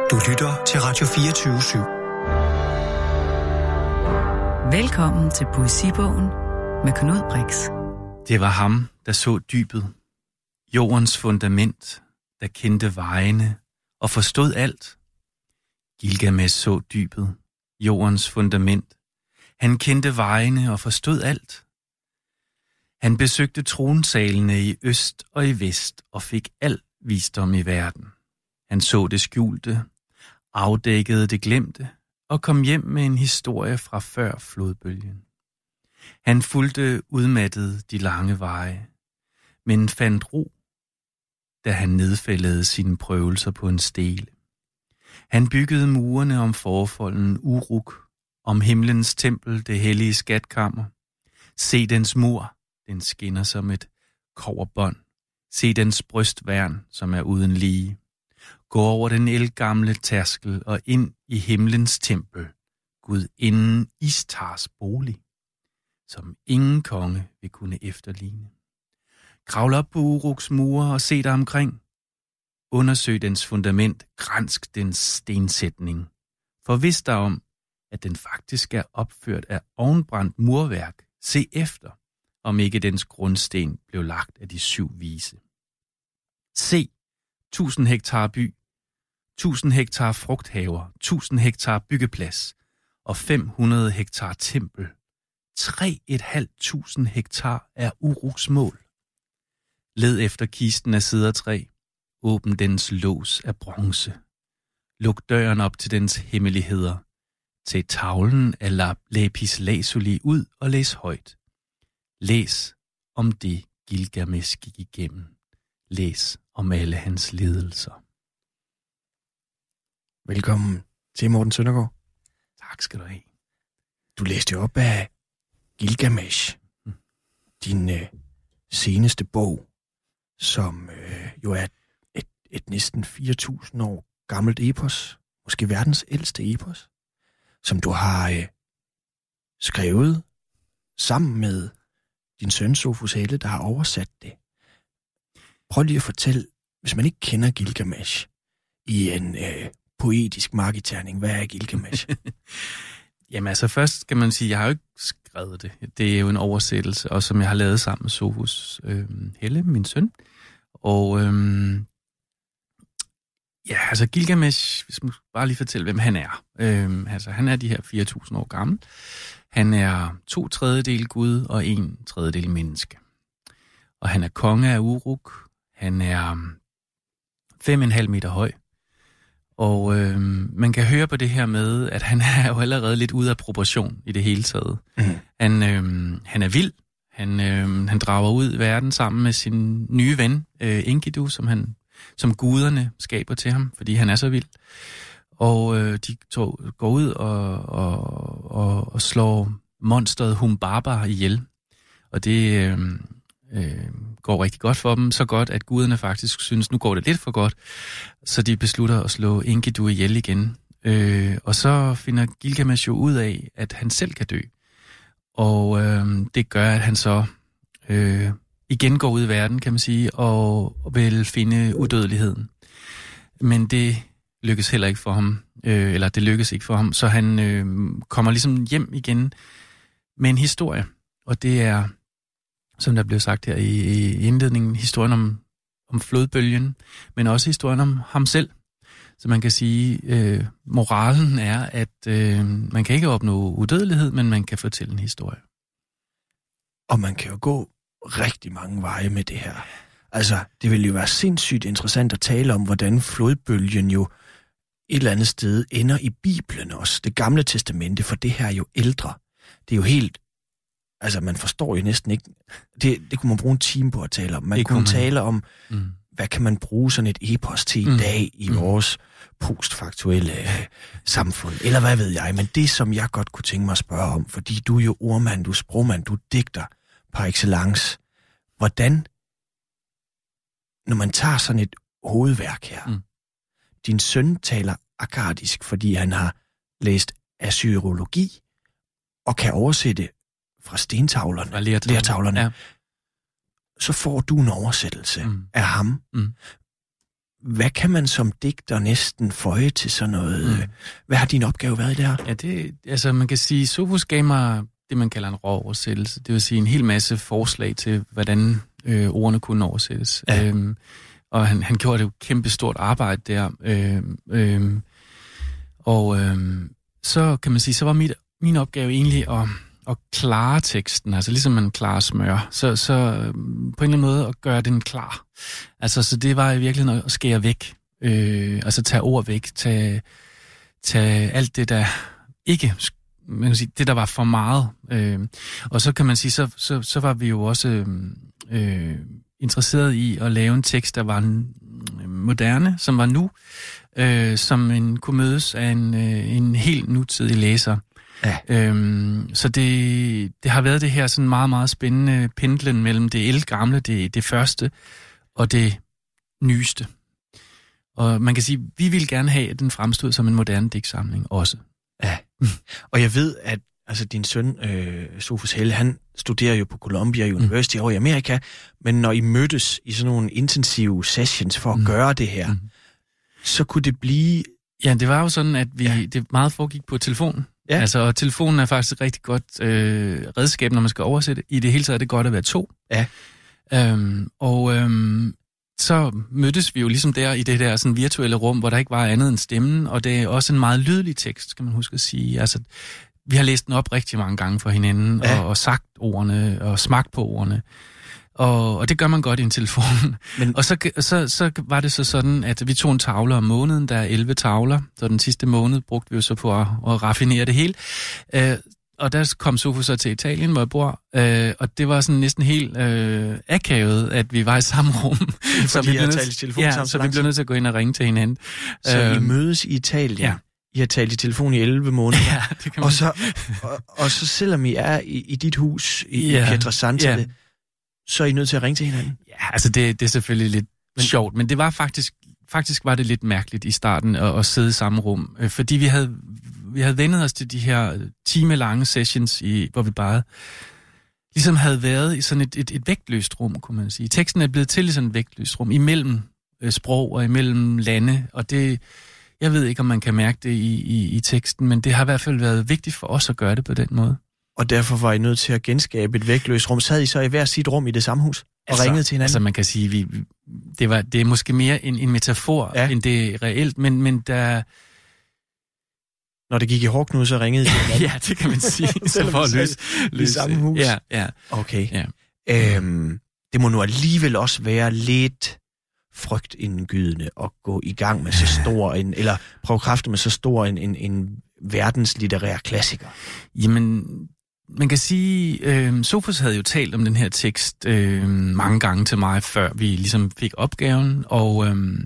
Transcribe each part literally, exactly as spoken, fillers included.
Du lytter til Radio fireogtyve syv. Velkommen til Poesibogen med Knud Brix. Det var ham, der så dybet, jordens fundament, der kendte vejene og forstod alt. Gilgamesh så dybet, jordens fundament. Han kendte vejene og forstod alt. Han besøgte tronsalene i øst og i vest og fik al visdom i verden. Han så det skjulte, afdækkede det glemte og kom hjem med en historie fra før flodbølgen. Han fulgte udmattet de lange veje, men fandt ro, da han nedfældede sine prøvelser på en stele. Han byggede murene om forfolden Uruk, om himlens tempel, det hellige skatkammer. Se dens mur, den skinner som et kobberbånd. Se dens brystværn, som er uden lige. Gå over den ældgamle tærskel og ind i himlens tempel, Gud inden Istars bolig, som ingen konge vil kunne efterligne. Kravl op på Uruks mure og se dig omkring. Undersøg dens fundament, gransk dens stensætning. Forvis dig om, at den faktisk er opført af ovenbrændt murværk. Se efter, om ikke dens grundsten blev lagt af de syv vise. Se, tusind hektar by, tusind hektar frugthaver, tusind hektar byggeplads og fem hundrede hektar tempel. Tre et halvt tusind hektar er Uruks mål. Led efter kisten af cedertræ. Åbn dens lås af bronze. Luk døren op til dens hemmeligheder. Tag tavlen af lapis lazuli ud og læs højt. Læs om det, Gilgamesh gik igennem. Læs om alle hans lidelser. Velkommen til Morten Søndergaard. Tak skal du have. Du læste jo op af Gilgamesh, mm. din øh, seneste bog, som øh, jo er et, et næsten fire tusind år gammelt epos, måske verdens ældste epos, som du har øh, skrevet sammen med din søn Sofus Helle, der har oversat det. Prøv lige at fortælle, hvis man ikke kender Gilgamesh i en øh, poetisk marketerning, hvad er Gilgamesh? Jamen altså først skal man sige, at jeg har jo ikke skrevet det. Det er jo en oversættelse, og som jeg har lavet sammen med Sofus øh, Helle, min søn. Og øh, ja, altså Gilgamesh, hvis man bare lige fortælle, hvem han er. Øh, altså han er de her fire tusind år gammel. Han er to tredjedel Gud og en tredjedel menneske. Og han er konge af Uruk. Han er fem og en halv meter høj. Og øh, man kan høre på det her med, at han er jo allerede lidt ude af proportion i det hele taget. Mm. Han, øh, han er vild. Han, øh, han drager ud i verden sammen med sin nye ven, øh, Enkidu, som, han, som guderne skaber til ham, fordi han er så vild. Og øh, de to går ud og, og, og, og slår monsteret Humbaba ihjel. Og det øh, øh, går rigtig godt for dem. Så godt, at guderne faktisk synes, nu går det lidt for godt. Så de beslutter at slå Enkidu ihjel igen. Øh, og så finder Gilgamesh jo ud af, at han selv kan dø. Og øh, det gør, at han så øh, igen går ud i verden, kan man sige, og vil finde udødeligheden. Men det lykkes heller ikke for ham, øh, eller det lykkes ikke for ham, så han øh, kommer ligesom hjem igen med en historie. Og det er, som der blev sagt her i, i indledningen, historien om, om flodbølgen, men også historien om ham selv. Så man kan sige, øh, moralen er, at øh, man kan ikke opnå udødelighed, men man kan fortælle en historie. Og man kan jo gå rigtig mange veje med det her. Altså, det vil jo være sindssygt interessant at tale om, hvordan flodbølgen jo et eller andet sted ender i Bibelen også. Det gamle testamente, for det her er jo ældre. Det er jo helt... Altså, man forstår jo næsten ikke... Det, det kunne man bruge en time på at tale om. Man det kunne man. tale om... Mm. Hvad kan man bruge sådan et epos til i mm. dag i mm. vores postfaktuelle øh, samfund? Eller hvad ved jeg? Men det, som jeg godt kunne tænke mig at spørge om, fordi du er jo ordmand, du er sprogmand, du er digter par excellence. Hvordan, når man tager sådan et hovedværk her, mm. din søn taler akkadisk, fordi han har læst assyrologi og kan oversætte fra stentavlerne, og lertavlerne. lertavlerne. Ja. Så får du en oversættelse mm. af ham. Mm. hvad kan man som digter næsten føje til sådan noget? Mm. Hvad har din opgave været der? Ja, det, altså man kan sige, Sophus gav mig det, man kalder en rå oversættelse. Det vil sige en hel masse forslag til, hvordan øh, ordene kunne oversættes. Ja. Øhm, og han, han gjorde det jo kæmpe stort arbejde der. Øhm, øhm, og øhm, så kan man sige, så var mit, min opgave egentlig at, at klare teksten, altså ligesom man klarer smør. Så, så øhm, på en eller anden måde at gøre den klar. Altså, så det var i virkeligheden at skære væk. Øh, altså tage ord væk, tage, tage alt det, der ikke... Man kan sige, det der var for meget. Øh, og så kan man sige, så, så, så var vi jo også øh, interesseret i at lave en tekst, der var moderne, som var nu, øh, som en kunne mødes af en, øh, en helt nutidig læser. Ja. Øh, så det, det har været det her sådan meget, meget spændende pendlen mellem det ældgamle, det, det første, og det nyeste. Og man kan sige, vi vil gerne have, at den fremstod som en moderne digtsamling også. Ja, og jeg ved, at altså, din søn, øh, Sophus Helle, han studerer jo på Columbia University mm. over i Amerika, men når I mødtes i sådan nogle intensive sessions for at mm. gøre det her, mm. så kunne det blive... Ja, det var jo sådan, at vi ja. det meget foregik på telefonen. Ja. Altså, og telefonen er faktisk et rigtig godt øh, redskab, når man skal oversætte. I det hele taget er det godt at være to. Ja. Øhm, og... Øhm, så mødtes vi jo ligesom der i det der sådan virtuelle rum, hvor der ikke var andet end stemmen, og det er også en meget lydelig tekst, skal man huske at sige. Altså, vi har læst den op rigtig mange gange for hinanden, ja. og, og sagt ordene, og smagt på ordene. Og, og det gør man godt i en telefon. Men... og så, så, så var det så sådan, at vi tog en tavle om måneden, der er elleve tavler, så den sidste måned brugte vi jo så på at, at raffinere det hele. Uh, Og der kom Sophus så til Italien, hvor jeg bor, øh, og det var sådan næsten helt øh, akavet, at vi var i samme rum. Så vi, nødt, ja, så, så vi blev nødt til at gå ind og ringe til hinanden. Så øh, I mødes i Italien? Ja. I har talt i telefon i elleve måneder? Ja, det kan man. Og så, og, og så selvom I er i, i dit hus i, ja. i Pietrasanta, ja. så er I nødt til at ringe til hinanden? Ja, altså det, det er selvfølgelig lidt men, sjovt, men det var faktisk, faktisk var det lidt mærkeligt i starten at, at sidde i samme rum, øh, fordi vi havde... Vi havde vendet os til de her timelange sessions, i, hvor vi bare ligesom havde været i sådan et, et, et vægtløst rum, kunne man sige. Teksten er blevet til i sådan et vægtløst rum, imellem øh, sprog og imellem lande, og det, jeg ved ikke, om man kan mærke det i, i, i teksten, men det har i hvert fald været vigtigt for os at gøre det på den måde. Og derfor var I nødt til at genskabe et vægtløst rum. Sad I så i hver sit rum i det samme hus og altså, ringede til hinanden? Altså man kan sige, vi, det, var, det er måske mere en, en metafor, ja. end det er reelt, men, men der... Når det gik i hårdknude, så ringede I? Ja, det kan man sige. Så for at løse, løse. I samme hus? Ja, ja. Okay. Ja. Øhm, det må nu alligevel også være lidt frygtindgydende at gå i gang med så stor en, eller prøve kræfter med så stor en, en, en verdenslitterær klassiker. Jamen, man kan sige, øh, Sophus havde jo talt om den her tekst øh, mange gange til mig, før vi ligesom fik opgaven, og... Øh,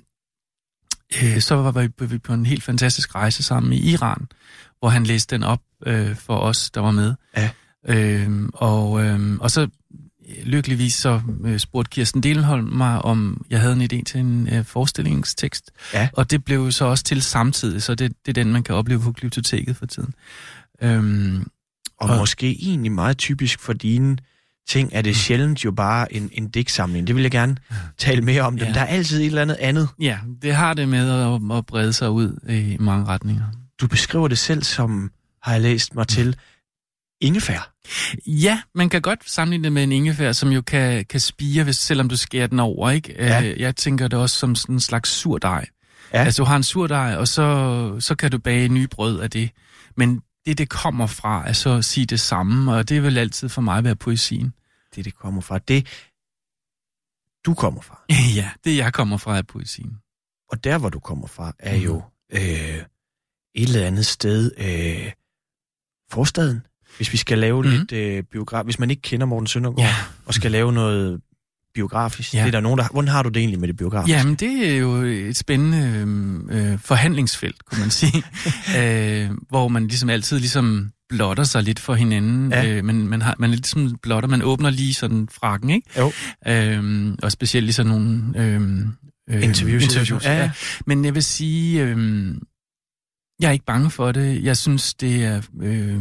så var vi på en helt fantastisk rejse sammen i Iran, hvor han læste den op øh, for os, der var med. Ja. Øhm, og, øhm, og så lykkeligvis så øh, spurgte Kirsten Delenholm mig, om jeg havde en idé til en øh, forestillingstekst. Ja. Og det blev så også til samtidig, så det, det er den, man kan opleve på Glyptoteket for tiden. Øhm, og, og måske egentlig meget typisk for dine ting, er det sjældent jo bare en, en digtsamling. Det vil jeg gerne tale mere om. Ja. Der er altid et eller andet andet. Ja, det har det med at, at brede sig ud i mange retninger. Du beskriver det selv som, har jeg læst mig til, ingefær. Ja, man kan godt sammenligne det med en ingefær, som jo kan, kan spire, hvis, selvom du skærer den over, ikke? Ja. Jeg tænker det også som sådan en slags surdej. Ja. Altså, du har en surdej, og så, så kan du bage nye brød af det. Men det, det kommer fra, er så at sige det samme, og det vil altid for mig være poesien. Det, det kommer fra. Det, du kommer fra. Ja, det, jeg kommer fra, er poesien. Og der, hvor du kommer fra, er jo øh, et eller andet sted øh, forstaden. Hvis vi skal lave mm-hmm. lidt øh, biograf... Hvis man ikke kender Morten Søndergaard, ja. og skal lave noget biografisk, ja. det er der nogen, der... Hvordan har du det egentlig med det biografiske? Jamen, det er jo et spændende øh, forhandlingsfelt, kunne man sige. øh, hvor man ligesom altid ligesom blotter sig lidt for hinanden. Ja. Øh, men man, har, man ligesom blotter, man åbner lige sådan frakken, ikke? Jo. Øh, og specielt lige sådan nogle... Øh, øh, interviews. interviews ja. Ja. Men jeg vil sige... Øh, jeg er ikke bange for det. Jeg synes, det er... Øh,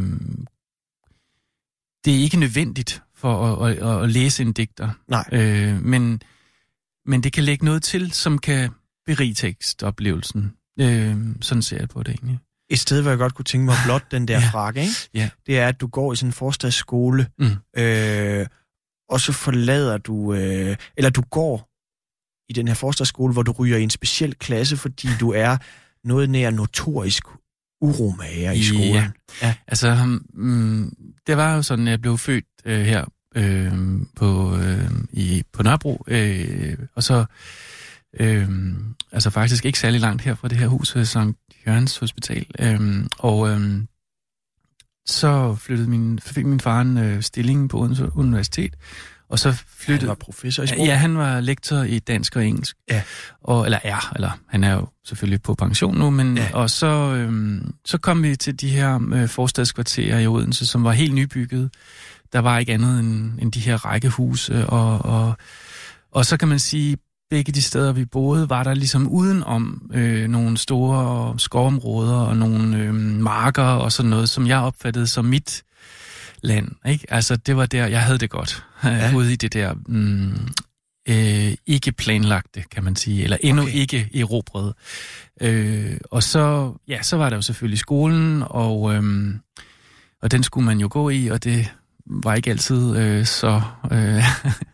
det er ikke nødvendigt for at, at, at læse en digter. Nej. Øh, men, men det kan lægge noget til, som kan berige tekstoplevelsen. Øh, sådan ser jeg på det egentlig. Et sted, hvor jeg godt kunne tænke mig blot den der ja. frakke, ikke? Ja. Det er, at du går i sådan en forstadsskole, mm. øh, og så forlader du, øh, eller du går i den her forstadsskole, hvor du ryger i en speciel klasse, fordi du er noget nær notorisk uromager i skolen. Ja, ja. altså, mm, det var jo sådan, at jeg blev født øh, her øh, på, øh, i, på Nørrebro, øh, og så øh, altså faktisk ikke særlig langt her fra det her hus, Sankt Jørgens Hospital, øh, og øh, så flyttede min, fik min far en øh, stilling på Odense Universitet, og så flyttede... Han var professor i sprog? Ja, han var lektor i dansk og engelsk. Ja. Og, eller er, eller han er jo selvfølgelig på pension nu, men ja. og så, øhm, så kom vi til de her øh, forstadskvarterer i Odense, som var helt nybygget. Der var ikke andet end, end de her rækkehuse, og, og, og så kan man sige, begge de steder, vi boede, var der ligesom udenom øh, nogle store skovområder og nogle øh, marker og sådan noget, som jeg opfattede som mit land, ikke? Altså, det var der, jeg havde det godt. Ja. Ude i det der mm, øh, ikke planlagte, kan man sige, eller endnu okay. ikke erobrede. Øh, og så, ja, så var der jo selvfølgelig skolen, og, øh, og den skulle man jo gå i, og det var ikke altid øh, så... Øh,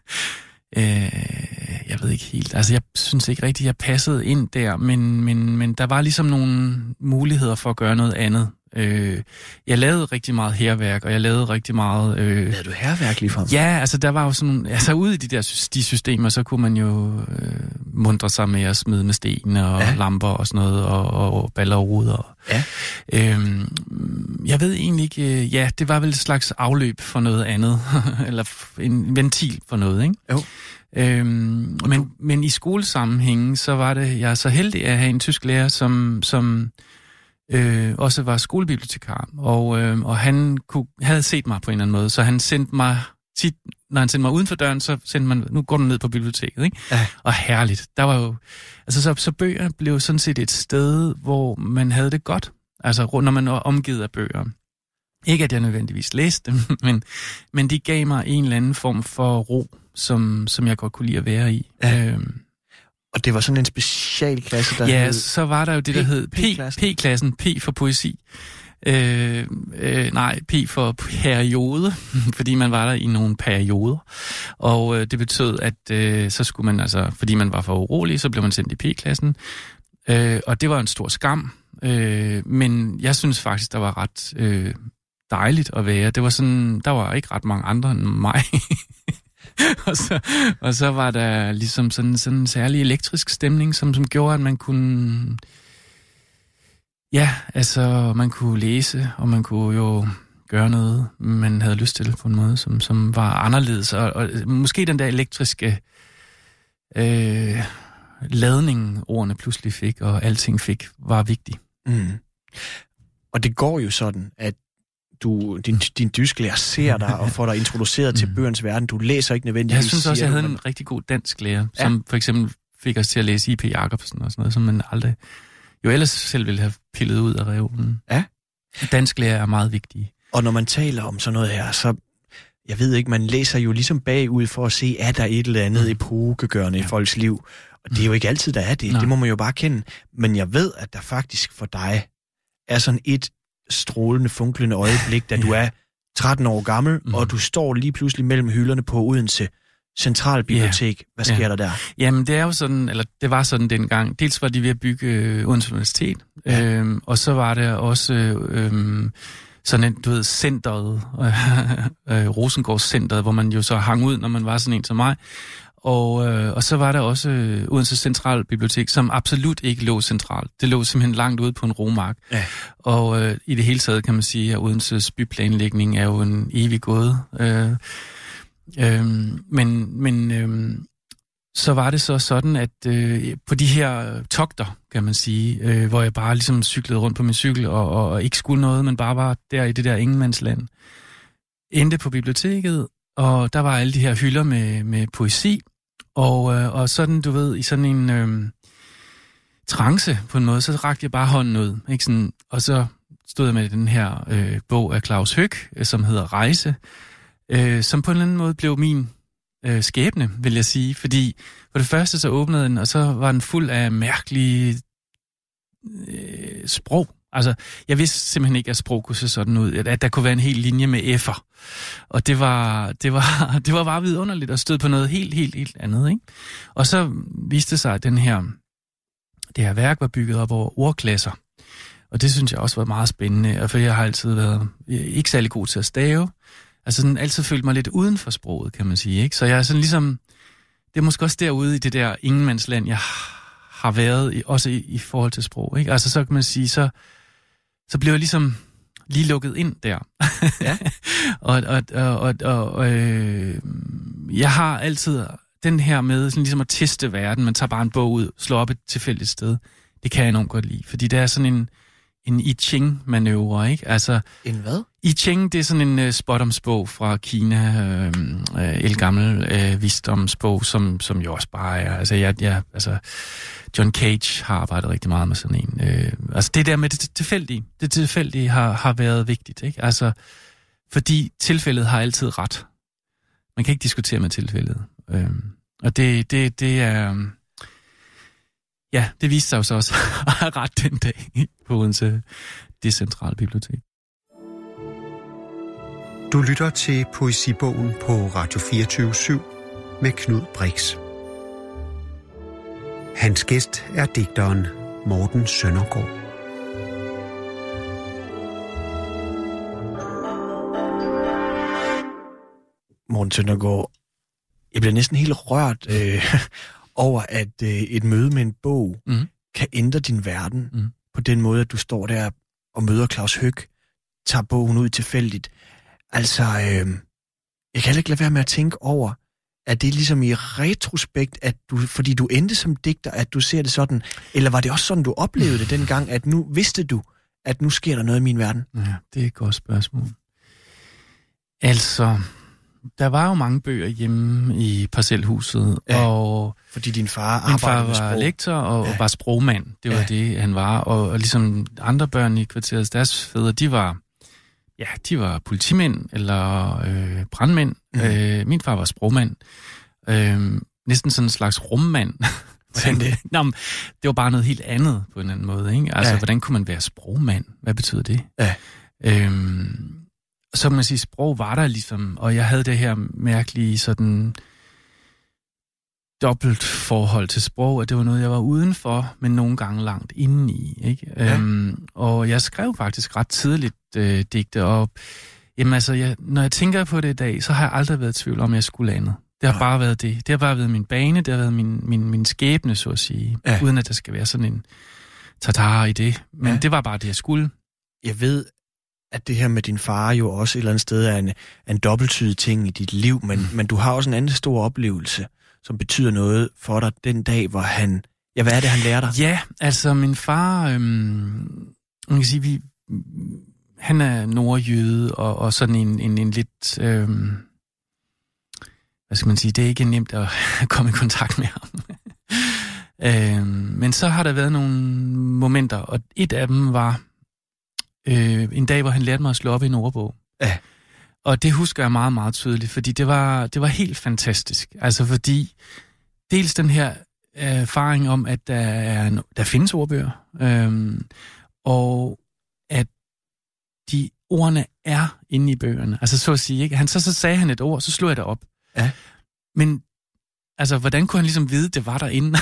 øh, jeg ved ikke helt, altså jeg synes ikke rigtigt, jeg passede ind der, men, men, men der var ligesom nogle muligheder for at gøre noget andet. Øh, jeg lavede rigtig meget hærværk, og jeg lavede rigtig meget... Øh, lavede du hærværk lige fra? Ja, altså der var jo sådan... Altså ude i de der de systemer, så kunne man jo øh, mundre sig med at smide med sten og ja. lamper og sådan noget, og, og baller og ruder. Ja. Øh, jeg ved egentlig ikke... Øh, ja, det var vel et slags afløb for noget andet, eller en ventil for noget, ikke? Jo. Øhm, men, men i skolesammenhængen, så var det, jeg er så heldig at have en tysk lærer, som, som øh, også var skolebibliotekar, og, øh, og han kunne, havde set mig på en eller anden måde, så han sendte mig tit, når han sendte mig uden for døren, så sendte man, nu går du ned på biblioteket, ikke? Ja. Og herligt. Der var jo, altså så, så bøger blev sådan set et sted, hvor man havde det godt, altså når man var omgivet af bøger. Ikke at jeg nødvendigvis læste dem, men, men de gav mig en eller anden form for ro, som, som jeg godt kunne lide at være i. Ja. Øhm. Og det var sådan en specialklasse, der Ja, hed... så var der jo det, der hed P-klassen. P-klassen, P for poesi. Øh, øh, nej, P for periode, fordi man var der i nogle perioder. Og øh, det betød, at øh, så skulle man altså, fordi man var for urolig, så blev man sendt i P-klassen. Øh, og det var en stor skam. Øh, men jeg synes faktisk, der var ret øh, dejligt at være. Det var sådan, der var ikke ret mange andre end mig. og, så, og så var der ligesom sådan, sådan en særlig elektrisk stemning, som, som gjorde, at man kunne... Ja, altså man kunne læse, og man kunne jo gøre noget, man havde lyst til på en måde, som, som var anderledes. Og, og måske den der elektriske øh, ladning, ordene pludselig fik, og alting fik, var vigtig. Mm. Og det går jo sådan, at du, din, din tysklærer ser dig og får dig introduceret til bøgernes verden. Du læser ikke nødvendigvis... Jeg synes også, jeg havde du, en rigtig god dansk lærer, ja. som for eksempel fik os til at læse I P Jacobsen og sådan noget, som man aldrig jo ellers selv ville have pillet ud af reolen. Ja. Dansk lærer er meget vigtige. Og når man taler om sådan noget her, så... Jeg ved ikke, man læser jo ligesom bagud for at se, er der et eller andet mm. epokegørende ja. i folks liv. Og det er jo ikke altid, der er det. Nej. Det må man jo bare kende. Men jeg ved, at der faktisk for dig er sådan et strålende, funklende øjeblik, da du er tretten år gammel, mm. og du står lige pludselig mellem hylderne på Odense Centralbibliotek. Hvad sker ja. der der? Jamen, det er jo sådan, eller det var sådan dengang. Dels var de ved at bygge øh, Odense Universitet, ja. øhm, og så var der også øh, sådan en, du ved, centeret, øh, Rosengårds Centeret, hvor man jo så hang ud, når man var sådan en som mig. Og, øh, og så var der også øh, Odense Centralbibliotek, som absolut ikke lå centralt. Det lå simpelthen langt ude på en romark. Ja. Og øh, i det hele taget kan man sige, at Odenses byplanlægning er jo en evig gåde. Øh, øh, men men øh, så var det så sådan, at øh, på de her togter, kan man sige, øh, hvor jeg bare ligesom cyklede rundt på min cykel og, og, og ikke skulle noget, men bare var der i det der ingenmandsland, endte på biblioteket, og der var alle de her hylder med, med poesi, og, øh, og sådan, du ved, i sådan en øh, trance på en måde, så rakte jeg bare hånden ud, ikke sådan, og så stod jeg med den her øh, bog af Claus Høck, øh, som hedder Rejse, øh, som på en eller anden måde blev min øh, skæbne, vil jeg sige. Fordi for det første så åbnede den, og så var den fuld af mærkelige øh, sprog. Altså, jeg vidste simpelthen ikke, at sprog kunne se sådan ud. At der kunne være en hel linje med F'er. Og det var, det var, det var bare vidunderligt at støde på noget helt, helt, helt andet, ikke? Og så viste det sig, at den her, det her værk var bygget op over ordklasser. Og det synes jeg også var meget spændende, for jeg har altid været ikke særlig god til at stave. Altså sådan altid følt mig lidt uden for sproget, kan man sige, ikke? Så jeg er sådan ligesom, det er måske også derude i det der ingenmandsland, jeg har været i, også i, i forhold til sprog, ikke? Altså så kan man sige, så, så blev jeg ligesom lige lukket ind der. Ja. og og, og, og, og øh, jeg har altid den her med sådan ligesom at teste verden. Man tager bare en bog ud, slår op et tilfældigt sted. Det kan jeg enormt godt lide, fordi det er sådan en en I Ching-manøvre, ikke? Altså, en hvad? I Ching, det er sådan en uh, spådomsbog fra Kina, øh, øh, elgammel øh, visdomsbog, som, som jo også bare er, altså, jeg, jeg, altså, John Cage har arbejdet rigtig meget med sådan en. Øh, altså, det der med det tilfældige, det tilfældige har, har været vigtigt, ikke? Altså, fordi tilfældet har altid ret. Man kan ikke diskutere med tilfældet. Øh, og det, det, det er... Ja, det viste sig jo så også at have ret den dag på Odense Decentrale Bibliotek. Du lytter til Poesibogen på Radio fireogtyve syv med Knud Brix. Hans gæst er digteren Morten Søndergaard. Morten Søndergaard, jeg bliver næsten helt rørt øh, over, at øh, et møde med en bog mm. kan ændre din verden mm. på den måde, at du står der og møder Claus Høck, tager bogen ud tilfældigt. Altså, øh, jeg kan heller ikke lade være med at tænke over, at det er ligesom i retrospekt, at du, fordi du endte som digter, at du ser det sådan, eller var det også sådan, du oplevede det dengang, at nu vidste du, at nu sker der noget i min verden? Ja, det er et godt spørgsmål. Altså... Der var jo mange bøger hjemme i parcelhuset, ja, og fordi din far min far var sprog. lektor og ja. var sprogmand. Det var ja. det, han var. Og, og ligesom andre børn i kvarteret, deres fædre, de var, ja, de var politimænd eller øh, brandmænd. Mm. Øh, min far var sprogmand. Øh, næsten sådan en slags rummand. det? Nå, men, det var bare noget helt andet på en anden måde, ikke? Altså, ja. hvordan kunne man være sprogmand? Hvad betyder det? Ja. Øh, Så kan man sige, sprog var der ligesom, og jeg havde det her mærkelige sådan dobbelt forhold til sprog, at det var noget, jeg var udenfor, men nogle gange langt indeni, ikke? Ja. Øhm, og jeg skrev faktisk ret tidligt øh, digte, og jamen altså, jeg, når jeg tænker på det i dag, så har jeg aldrig været i tvivl om, at jeg skulle andet. Det har ja. bare været det. Det har bare været min bane, det har været min, min, min skæbne, så at sige, ja. uden at der skal være sådan en tatar i det. Men ja. det var bare det, jeg skulle. Jeg ved, at det her med din far jo også et eller andet sted er en, en dobbelttydig ting i dit liv, men, mm. men du har også en anden stor oplevelse, som betyder noget for dig den dag, hvor han... Ja, hvad er det, han lærer dig? Ja, altså min far... Øhm, man kan sige, vi, han er nordjyde, og, og sådan en, en, en lidt... Øhm, hvad skal man sige? Det er ikke nemt at komme i kontakt med ham. øhm, men så har der været nogle momenter, og et af dem var... Øh, en dag, hvor han lærte mig at slå op i en ordbog. Ja. Og det husker jeg meget, meget tydeligt, fordi det var, det var helt fantastisk. Altså fordi, dels den her erfaring om, at der, er, der findes ordbøger, øhm, og at de ordene er inde i bøgerne. Altså så at sige, ikke? Han, så, så sagde han et ord, så slog jeg det op. Ja. Men altså, hvordan kunne han ligesom vide, det var derinde?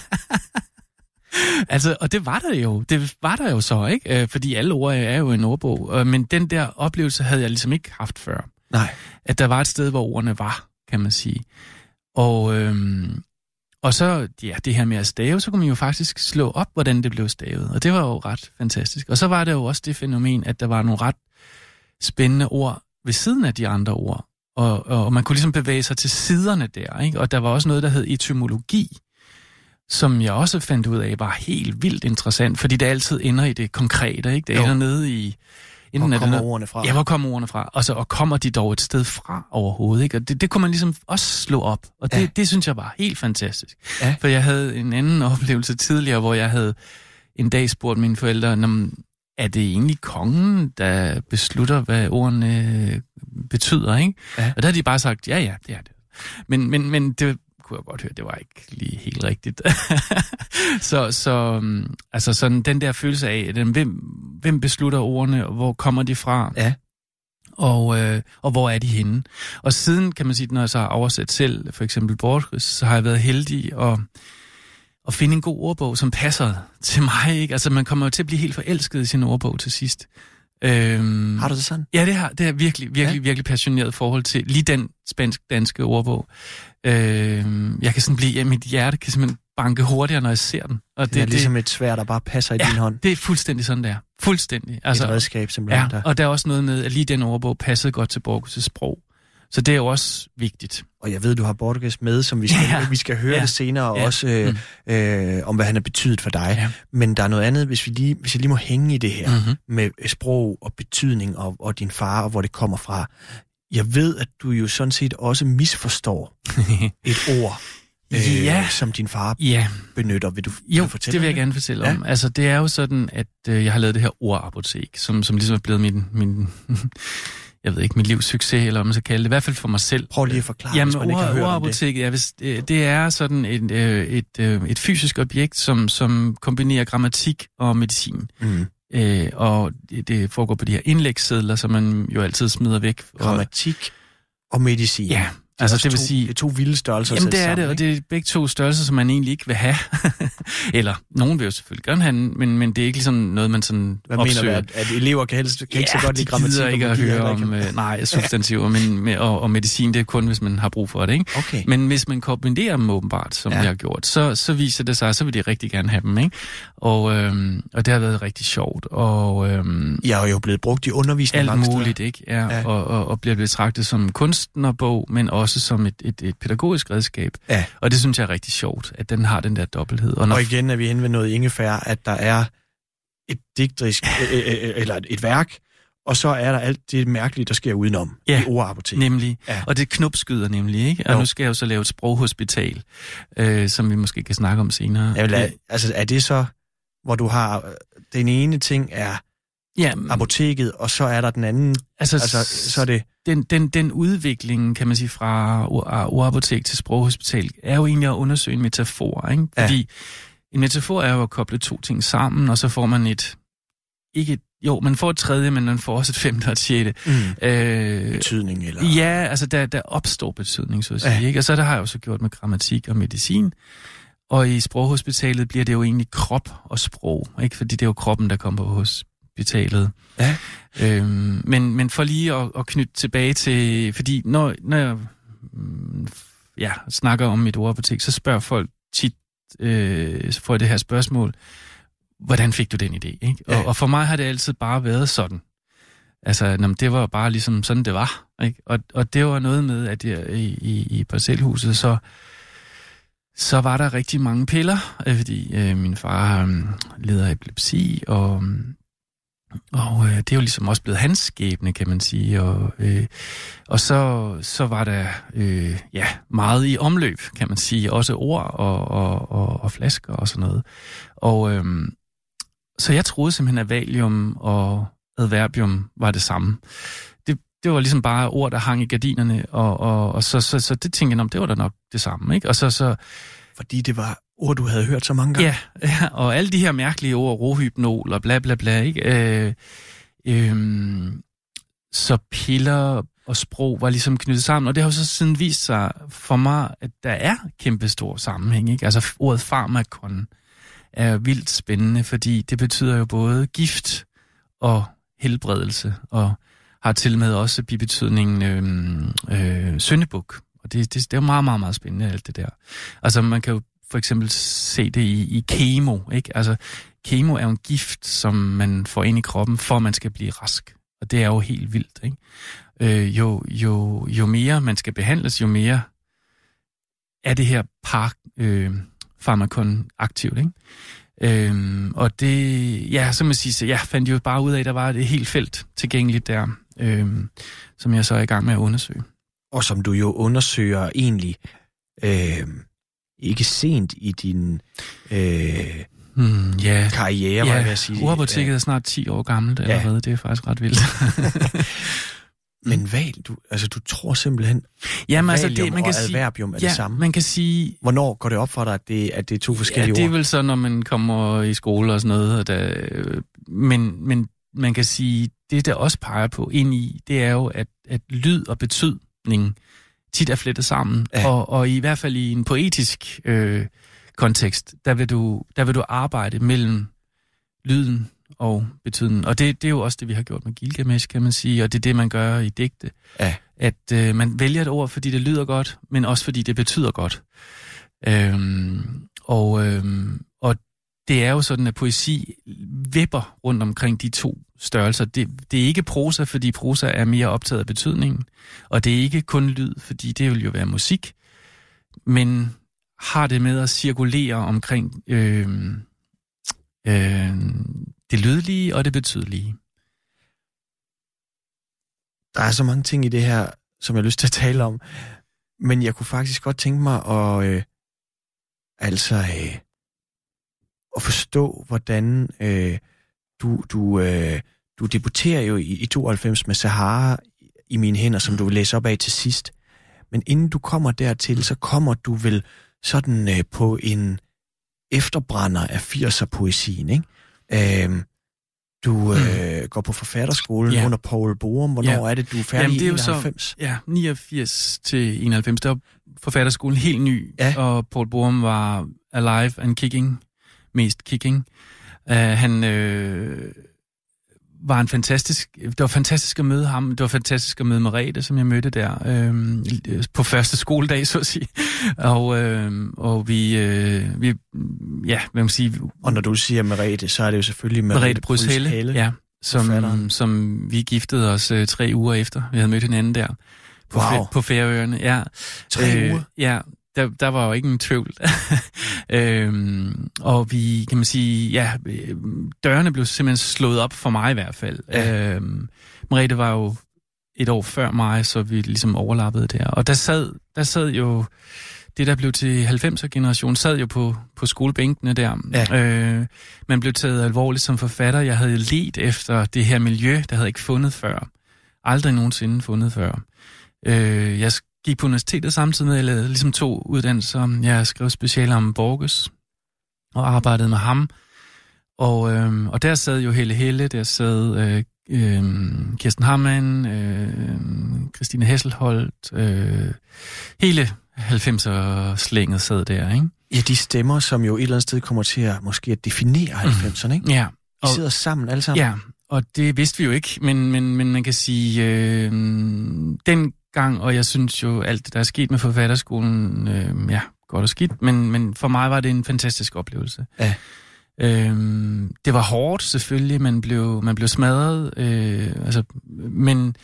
Altså, og det var der jo. Det var der jo så, ikke? Fordi alle ord er jo en ordbog. Men den der oplevelse havde jeg ligesom ikke haft før. Nej. At der var et sted, hvor ordene var, kan man sige. Og, øhm, og så, ja, det her med at stave, så kunne man jo faktisk slå op, hvordan det blev stavet. Og det var jo ret fantastisk. Og så var det jo også det fænomen, at der var nogle ret spændende ord ved siden af de andre ord. Og, og man kunne ligesom bevæge sig til siderne der, ikke? Og der var også noget, der hed etymologi, som jeg også fandt ud af, var helt vildt interessant, fordi det altid ender i det konkrete, ikke? Det ender nede i... Hvor kommer ordene fra? Ja, hvor kommer ordene fra? Og, så, og kommer de dog et sted fra overhovedet, ikke? Og det, det kunne man ligesom også slå op, og det, ja. det synes jeg var helt fantastisk. Ja. For jeg havde en anden oplevelse tidligere, hvor jeg havde en dag spurgt mine forældre, er det egentlig kongen, der beslutter, hvad ordene betyder, ikke? Ja. Og der havde de bare sagt, ja, ja, det er det. Men, men, men det kunne jeg godt høre, det var ikke lige helt rigtigt. så, så altså sådan den der følelse af, den, hvem, hvem beslutter ordene, og hvor kommer de fra? Ja. Og, øh, og hvor er de henne? Og siden, kan man sige, når jeg så har oversat selv, for eksempel Borges, så har jeg været heldig at, at finde en god ordbog, som passer til mig, ikke? Altså, man kommer jo til at blive helt forelsket i sin ordbog til sidst. Øhm, har du det sådan? Ja, det har det er virkelig, virkelig, ja. virkelig passioneret forhold til lige den spansk-danske ordbog. Øhm, jeg kan sådan blive, ja, mit hjerte kan simpelthen banke hurtigere, når jeg ser den. Og det, det er ligesom det, et sværd, der bare passer i ja, din hånd. det er fuldstændig sådan, der. Fuldstændig. Altså, et redskab, simpelthen. Ja, der. og der er også noget med, at lige den ordbog passede godt til Borges' sprog. Så det er jo også vigtigt. Og jeg ved, du har Borges med, som vi skal, ja. vi skal høre ja. det senere, ja. også øh, mm. øh, om, hvad han har betydet for dig. Ja. Men der er noget andet, hvis, vi lige, hvis jeg lige må hænge i det her, mm-hmm. med sprog og betydning og, og din far, og hvor det kommer fra. Jeg ved, at du jo sådan set også misforstår et ord, øh, ja. som din far ja. benytter. Vil du, jo, vil du fortælle det vil jeg det? gerne fortælle ja. om. Altså, det er jo sådan, at øh, jeg har lavet det her ordapotek, som, som ligesom er blevet min... min jeg ved ikke, mit livs succes, eller hvad man skal kalde det, i hvert fald for mig selv. Prøv lige at forklare, Jamen, hvis man ikke har hørt om det. Ja, hvis, det er sådan et, et, et, et fysisk objekt, som, som kombinerer grammatik og medicin. Mm. Øh, og det, det foregår på de her indlægssedler, som man jo altid smider væk. Grammatik og medicin. Ja. Det altså, det vil to, sige... Det er to vilde størrelser. Jamen, det er sammen, det, og det er begge to størrelser, som man egentlig ikke vil have. Eller, nogen vil jo selvfølgelig gerne have den, men, men det er ikke ligesom noget, man sådan Hvad opsøger. mener du, at, at elever kan helst kan ja, ikke så godt lide grammatik? Ja, de gider ikke at høre om øh, nej, substantiver, men, med, og, og medicin, det er kun, hvis man har brug for det, ikke? Okay. Men hvis man kombinerer dem åbenbart, som ja. vi har gjort, så, så viser det sig, så vil de rigtig gerne have dem, ikke? Og, øhm, og det har været rigtig sjovt. Og, øhm, jeg er jo blevet brugt i undervisning. Alt muligt, ikke? Ja, ja. Og, og, og bliver betragtet som kunstnerbog, men også som et, et, et pædagogisk redskab. Ja. Og det synes jeg er rigtig sjovt, at den har den der dobbelthed. Og, når og igen er vi hen ved noget ingefær, at der er et digterisk, eller et værk, og så er der alt det mærkelige, der sker udenom ja, i ordapotek. Nemlig. Ja. Og det knopskyder nemlig, ikke? Og jo. Nu skal jeg jo så lave et sproghospital, øh, som vi måske kan snakke om senere. Ja, lad, altså er det så, hvor du har, den ene ting er ja, apoteket, og så er der den anden, altså, altså så er det... Den, den, den udvikling, kan man sige, fra ordapotek til sproghospital, er jo egentlig at undersøge en metafor, ikke? Fordi ja. en metafor er jo at koble to ting sammen, og så får man et, ikke et, jo, man får et tredje, men man får også et femte og et sjette. Mm. Øh, betydning, eller? Ja, altså der, der opstår betydning, så at sige, ja. ikke? Og så der har jeg jo så gjort med grammatik og medicin, og i sproghospitalet bliver det jo egentlig krop og sprog, ikke? Fordi det er jo kroppen, der kommer på hospitalet. Ja. Øhm, men, men for lige at, at knytte tilbage til, fordi når, når jeg ja, snakker om mit ordapotek, så spørger folk tit øh, for det her spørgsmål, hvordan fik du den idé? Ikke? Ja. Og, og for mig har det altid bare været sådan. Altså, jamen, det var bare ligesom sådan, det var. Ikke? Og, og det var noget med, at jeg, i, i, i parcelhuset, så, så var der rigtig mange piller, fordi øh, min far øh, led af epilepsi, og... Og øh, det er jo ligesom også blevet hans skæbne, kan man sige. Og, øh, og så, så var der øh, ja, meget i omløb, kan man sige. Også ord og, og, og, og flasker og sådan noget. Og øh, så jeg troede simpelthen, at valium og adverbium var det samme. Det, det var ligesom bare ord, der hang i gardinerne. Og, og, og så, så, så det tænkte jeg, det var da nok det samme. Ikke? Og så... så fordi det var ord, du havde hørt så mange gange. Ja, ja, og alle de her mærkelige ord, rohypnol og bla bla bla, ikke? Øh, øh, så piller og sprog var ligesom knyttet sammen, og det har jo så siden vist sig for mig, at der er kæmpe stor sammenhæng, ikke? Altså ordet farmakon er vildt spændende, fordi det betyder jo både gift og helbredelse, og har til med også bibetydningen øh, øh, syndebuk. Og det, det, det er jo meget, meget, meget spændende, alt det der. Altså, man kan jo for eksempel se det i, i kemo, ikke? Altså, kemo er jo en gift, som man får ind i kroppen, for at man skal blive rask. Og det er jo helt vildt, ikke? Øh, jo, jo, jo mere man skal behandles, jo mere er det her par øh, farmakon aktivt, ikke? Øh, og det, ja, som jeg siger, så jeg fandt jo bare ud af, at der var et helt felt tilgængeligt der, øh, som jeg så er i gang med at undersøge. Og som du jo undersøger egentlig øh, ikke sent i din øh, hmm, yeah. karriere, ja, hvad jeg sige. Ordapoteket ja. er snart ti år gammelt allerede, ja. Det er faktisk ret vildt. Men val, du, altså, du tror simpelthen, Jamen, valium altså, det, man kan og adverbium sige, er det ja, samme? man kan sige... Hvornår går det op for dig, at det, at det er to forskellige ord? Ja, det er vel så, når man kommer i skole og sådan noget. Og der, men, men man kan sige, det der også peger på ind i, det er jo, at, at lyd og betydning tit er flettet sammen. Ja. Og, og i hvert fald i en poetisk øh, kontekst, der vil, du, der vil du arbejde mellem lyden og betydningen. Og det, det er jo også det, vi har gjort med Gilgamesh, kan man sige, og det er det, man gør i digte. Ja. At øh, man vælger et ord, fordi det lyder godt, men også fordi det betyder godt. Øhm, og, øhm, og det er jo sådan, at poesi vipper rundt omkring de to størrelser. Det, det er ikke prosa, fordi prosa er mere optaget af betydningen, og det er ikke kun lyd, fordi det vil jo være musik, men har det med at cirkulere omkring øh, øh, det lydlige og det betydelige. Der er så mange ting i det her, som jeg har lyst til at tale om, men jeg kunne faktisk godt tænke mig at, øh, altså, øh, at forstå, hvordan øh, du, du, øh, du debuterer jo i, i tooghalvfems med Sahara i mine hænder, som du vil læse op af til sidst. Men inden du kommer dertil, så kommer du vel sådan øh, på en efterbrænder af firser-poesien, ikke? Øh, Du øh, mm. går på forfatterskolen ja. under Poul Borum. Hvornår ja. er det, du er færdig? Jamen, det er i enoghalvfems? Så, ja, niogfirs til enoghalvfems. Der var forfatterskolen helt ny, ja. og Poul Borum var alive and kicking, mest kicking. Uh, han øh, var en fantastisk... Det var fantastisk at møde ham. Det var fantastisk at møde Merete, som jeg mødte der øh, på første skoledag, så at sige. Og, øh, og vi, øh, vi... Ja, hvad man sige... Og når du siger Merete, så er det jo selvfølgelig Merete, Merete Bryshelle, ja, som, som vi giftede os øh, tre uger efter. Vi havde mødt hinanden der på, wow. Fæ- på Færøerne. Ja. Tre øh, uger? Ja, der, der var jo ikke en tvivl. øhm, og vi, kan man sige, ja, dørene blev simpelthen slået op for mig i hvert fald. Ja. Øhm, Merete var jo et år før mig, så vi ligesom overlappede der. Og der sad, der sad jo... Det, der blev til halvfemser-generationen, sad jo på, på skolebænkene der. Ja. Øh, man blev taget alvorligt som forfatter. Jeg havde ledt efter det her miljø, der havde ikke fundet før. Aldrig nogensinde fundet før. Øh, jeg gik på universitetet samtidig med, jeg lavede ligesom to uddannelser. Jeg skrev speciale om Borges og arbejdede med ham. Og, øh, og der sad jo Helle Helle, der sad øh, øh, Kirsten Hammann, øh, Christine Hesselholdt, øh, hele halvfemser-slænget sad der, ikke? Ja, de stemmer, som jo et eller andet sted kommer til at måske at definere halvfemserne, ikke? Ja. Og, de sidder sammen alle sammen. Ja, og det vidste vi jo ikke, men, men, men man kan sige, øh, den gang, og jeg synes jo, alt det, der er sket med forfatterskolen, øh, ja, godt og skidt, men, men for mig var det en fantastisk oplevelse. Ja. Øhm, det var hårdt selvfølgelig, man blev, man blev smadret, øh, altså, men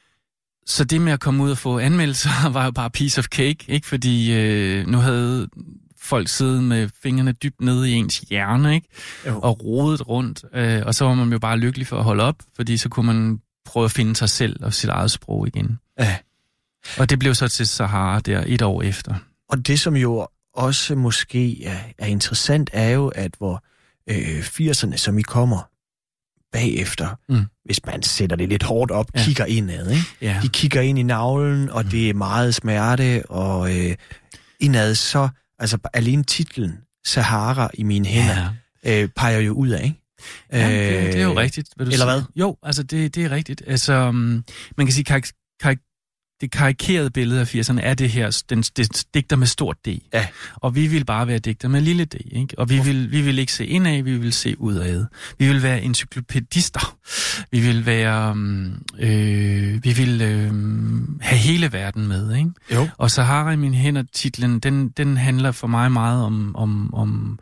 så det med at komme ud og få anmeldelser var jo bare piece of cake, ikke? Fordi øh, nu havde folk siddet med fingrene dybt nede i ens hjerne, ikke? Jo. Og rodet rundt, øh, og så var man jo bare lykkelig for at holde op, fordi så kunne man prøve at finde sig selv og sit eget sprog igen. Ja. Og det blev så til Sahara der et år efter. Og det, som jo også måske er, er interessant, er jo, at hvor øh, firserne, som I kommer bagefter, mm. hvis man sætter det lidt hårdt op, ja. kigger indad, ikke? Ja. De kigger ind i navlen, og mm. det er meget smerte, og øh, indad så, altså alene titlen, Sahara i mine hænder, ja. øh, peger jo ud af, ikke? Ja, det, det er jo rigtigt, hvad du Eller siger. hvad? Jo, altså det, det er rigtigt. Altså, um, man kan sige, karik, karik, det karikerede billede af firserne er det her, den, det digter med stort D. Ja. Og vi vil bare være digter med lille d, ikke? Og vi vil, vi vil ikke se indad, vi vil se udad. Vi vil være encyklopædister. Vi vil være, øh, vi vil øh, have hele verden med, ikke? Jo. Og Sahara i mine hænder, titlen, den, den handler for mig meget om, om, om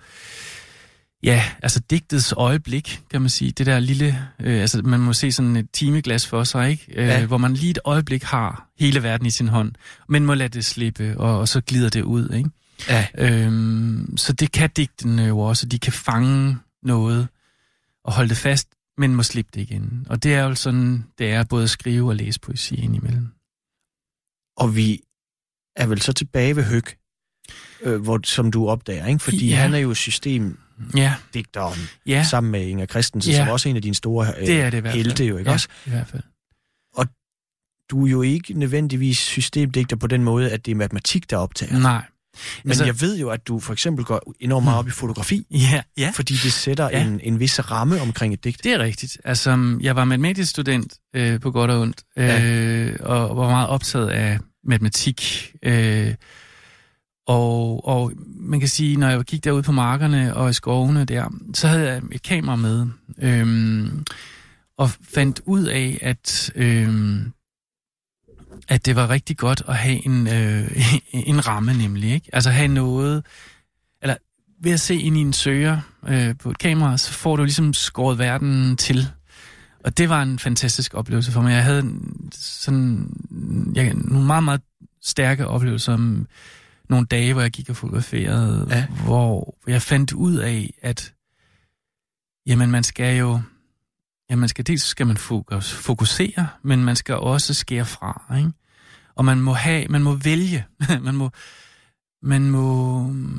ja, altså digtets øjeblik, kan man sige. Det der lille, øh, altså man må se sådan et timeglas for sig, ikke? Øh, ja. Hvor man lige et øjeblik har hele verden i sin hånd, men må lade det slippe, og, og så glider det ud, ikke? Ja. Øhm, så det kan digtene jo også, de kan fange noget og holde det fast, men må slippe det igen. Og det er jo sådan, det er både at skrive og læse poesi indimellem. Og vi er vel så tilbage ved Høg, øh, hvor, som du opdager, ikke? Fordi ja. han er jo system ja. digteren, ja. sammen med Inger Christensen, ja. som også er en af dine store øh, det er det i hvert fald. helte, jo, ikke ja, også? i hvert fald. Og du er jo ikke nødvendigvis systemdigter på den måde, at det er matematik, der optager. Nej. Men altså, jeg ved jo, at du for eksempel går enormt meget op i fotografi, ja, ja. fordi det sætter ja. en, en vis ramme omkring et digt. Det er rigtigt. Altså, jeg var matematisk student øh, på godt og ondt, øh, ja. og var meget optaget af matematik. Øh, og, og man kan sige, når jeg gik derude på markerne og i skovene der, så havde jeg et kamera med, øh, og fandt ud af, at... Øh, at det var rigtig godt at have en, øh, en ramme nemlig, ikke? Altså have noget, eller ved at se ind i en søger øh, på et kamera, så får du ligesom skåret verden til. Og det var en fantastisk oplevelse for mig. Jeg havde sådan jeg, nogle meget, meget stærke oplevelser om nogle dage, hvor jeg gik og fotograferede, ja. Hvor jeg fandt ud af, at jamen man skal jo Ja, man skal, dels skal man fokus, fokusere, men man skal også skære fra, ikke? Og man må have, man må vælge, man må, man må,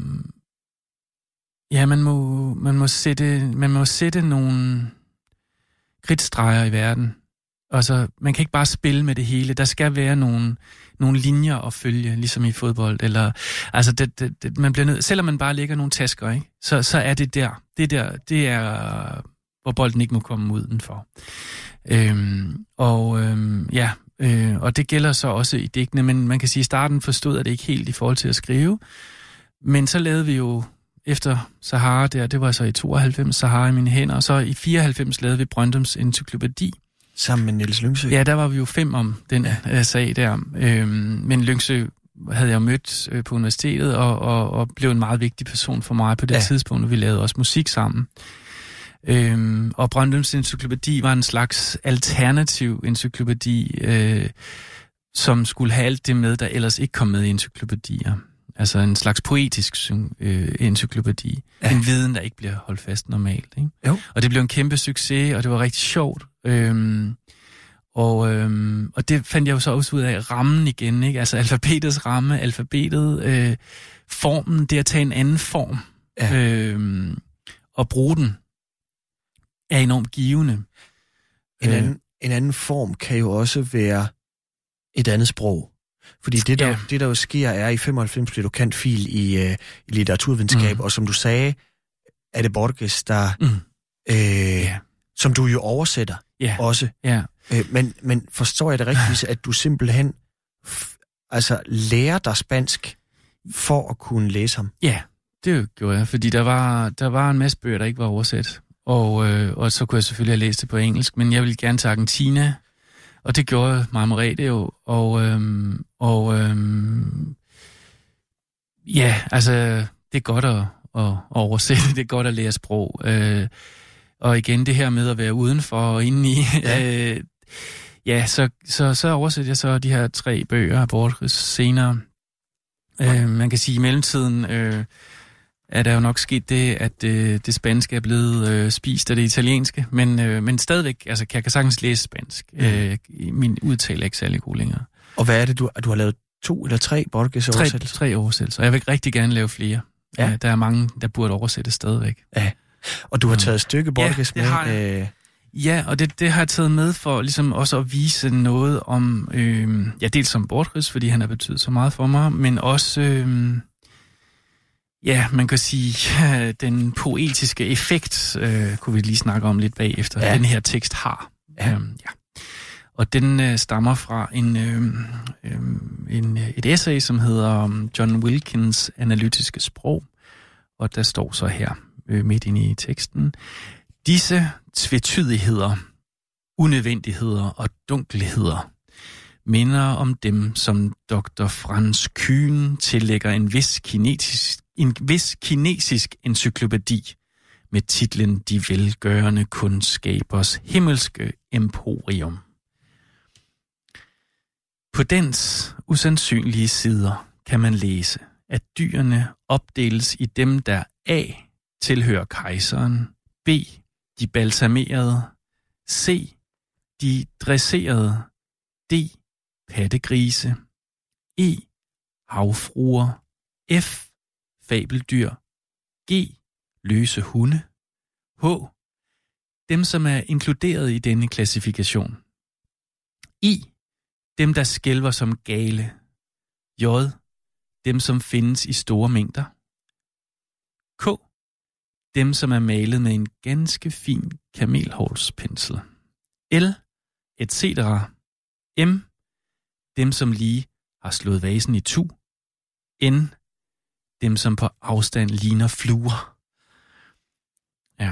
ja, man må, man må sætte, man må sætte nogle kridtstreger i verden. Altså, man kan ikke bare spille med det hele. Der skal være nogle, nogle linjer at følge, ligesom i fodbold. Eller, altså, det, det, det, man bliver nødt, selvom man bare lægger nogle tasker, ikke? Så, så er det der. Det der, det er... hvor bolden ikke må komme udenfor. Øhm, og øhm, ja, øh, og det gælder så også i digtene, men man kan sige, at i starten forstod jeg det ikke helt i forhold til at skrive. Men så lavede vi jo efter Sahara der, det var så i tooghalvfems, Sahara i mine hænder, og så i fireoghalvfems lavede vi Brøndums encyklopædi. Sammen med Niels Lyngsø? Ja, der var vi jo fem om den ja. sag der. Øhm, men Lyngsø havde jeg mødt øh, på universitetet, og, og, og blev en meget vigtig person for mig på det ja. tidspunkt, og vi lavede også musik sammen. Øhm, og Brøndums encyklopædi var en slags alternativ encyklopædi, øh, som skulle have alt det med, der ellers ikke kom med i encyklopædier. Altså en slags poetisk øh, encyklopædi. Ja. En viden, der ikke bliver holdt fast normalt. Ikke? Jo. Og det blev en kæmpe succes, og det var rigtig sjovt. Øhm, og, øhm, og det fandt jeg jo så også ud af rammen igen. Ikke? Altså alfabetets ramme, alfabetet, øh, formen, det at tage en anden form ja. øh, og bruge den, er enormt givende. En anden, en anden form kan jo også være et andet sprog. Fordi det der, ja. det, der jo sker, er i femoghalvfems bliver du kendt fil i, uh, i litteraturvidenskab, mm. og som du sagde, er det Borges, der, mm. øh, yeah. som du jo oversætter yeah. også. Yeah. Øh, men, men forstår jeg det rigtigt, at du simpelthen f- altså lærer dig spansk for at kunne læse ham? Ja, det gjorde jeg, fordi der var, der var en masse bøger, der ikke var oversat. Og, øh, og så kunne jeg selvfølgelig have læst det på engelsk, men jeg ville gerne til Argentina, og det gjorde Marmorete jo. Og, øhm, og øhm, ja, altså, det er godt at, at, at oversætte, det er godt at lære sprog. Øh, og igen, det her med at være udenfor og indeni, ja, øh, ja så, så, så oversætter jeg så de her tre bøger af Borges senere. Øh, man kan sige, i mellemtiden... Øh, er der jo nok sket det, at øh, det spanske er blevet øh, spist af det italienske, men, øh, men stadigvæk, altså jeg kan sagtens læse spansk. Mm. Øh, min udtale er ikke særlig god længere. Og hvad er det, du, du har lavet to eller tre Borges oversættelser? Tre, tre oversættelser, jeg vil rigtig gerne lave flere. Ja. Ja, der er mange, der burde oversættes stadigvæk. Ja, og du har taget et stykke Borges ja, med? Har jeg. Ja, og det, det har jeg taget med for ligesom også at vise noget om, øh, ja, dels om Borges, fordi han har betydet så meget for mig, men også... Øh, Ja, man kan sige, den poetiske effekt, øh, kunne vi lige snakke om lidt bagefter, ja. Den her tekst har. Ja. Øhm, ja. Og den øh, stammer fra en, øh, øh, en, et essay, som hedder John Wilkins analytiske sprog. Og der står så her, øh, midt inde i teksten. Disse tvetydigheder, unødvendigheder og dunkelheder minder om dem, som doktor Franz Kühn tillægger en vis kinesisk en vis kinesisk encyklopædi med titlen De velgørende kundskabers himmelske emporium. På dens usandsynlige sider kan man læse, at dyrene opdeles i dem, der A. tilhører kejseren, B. de balsamerede, C. de dresserede, D. pattegrise, E. havfruer, F. fabeldyr, G. løse hunde, H. dem, som er inkluderet i denne klassifikation, I. dem, der skælver som gale. J. Dem, som findes i store mængder. K. Dem, som er malet med en ganske fin kamelhårspensel. L. Et cetera. M. Dem, som lige har slået vasen i tu. N. Dem, som på afstand ligner fluer. Ja.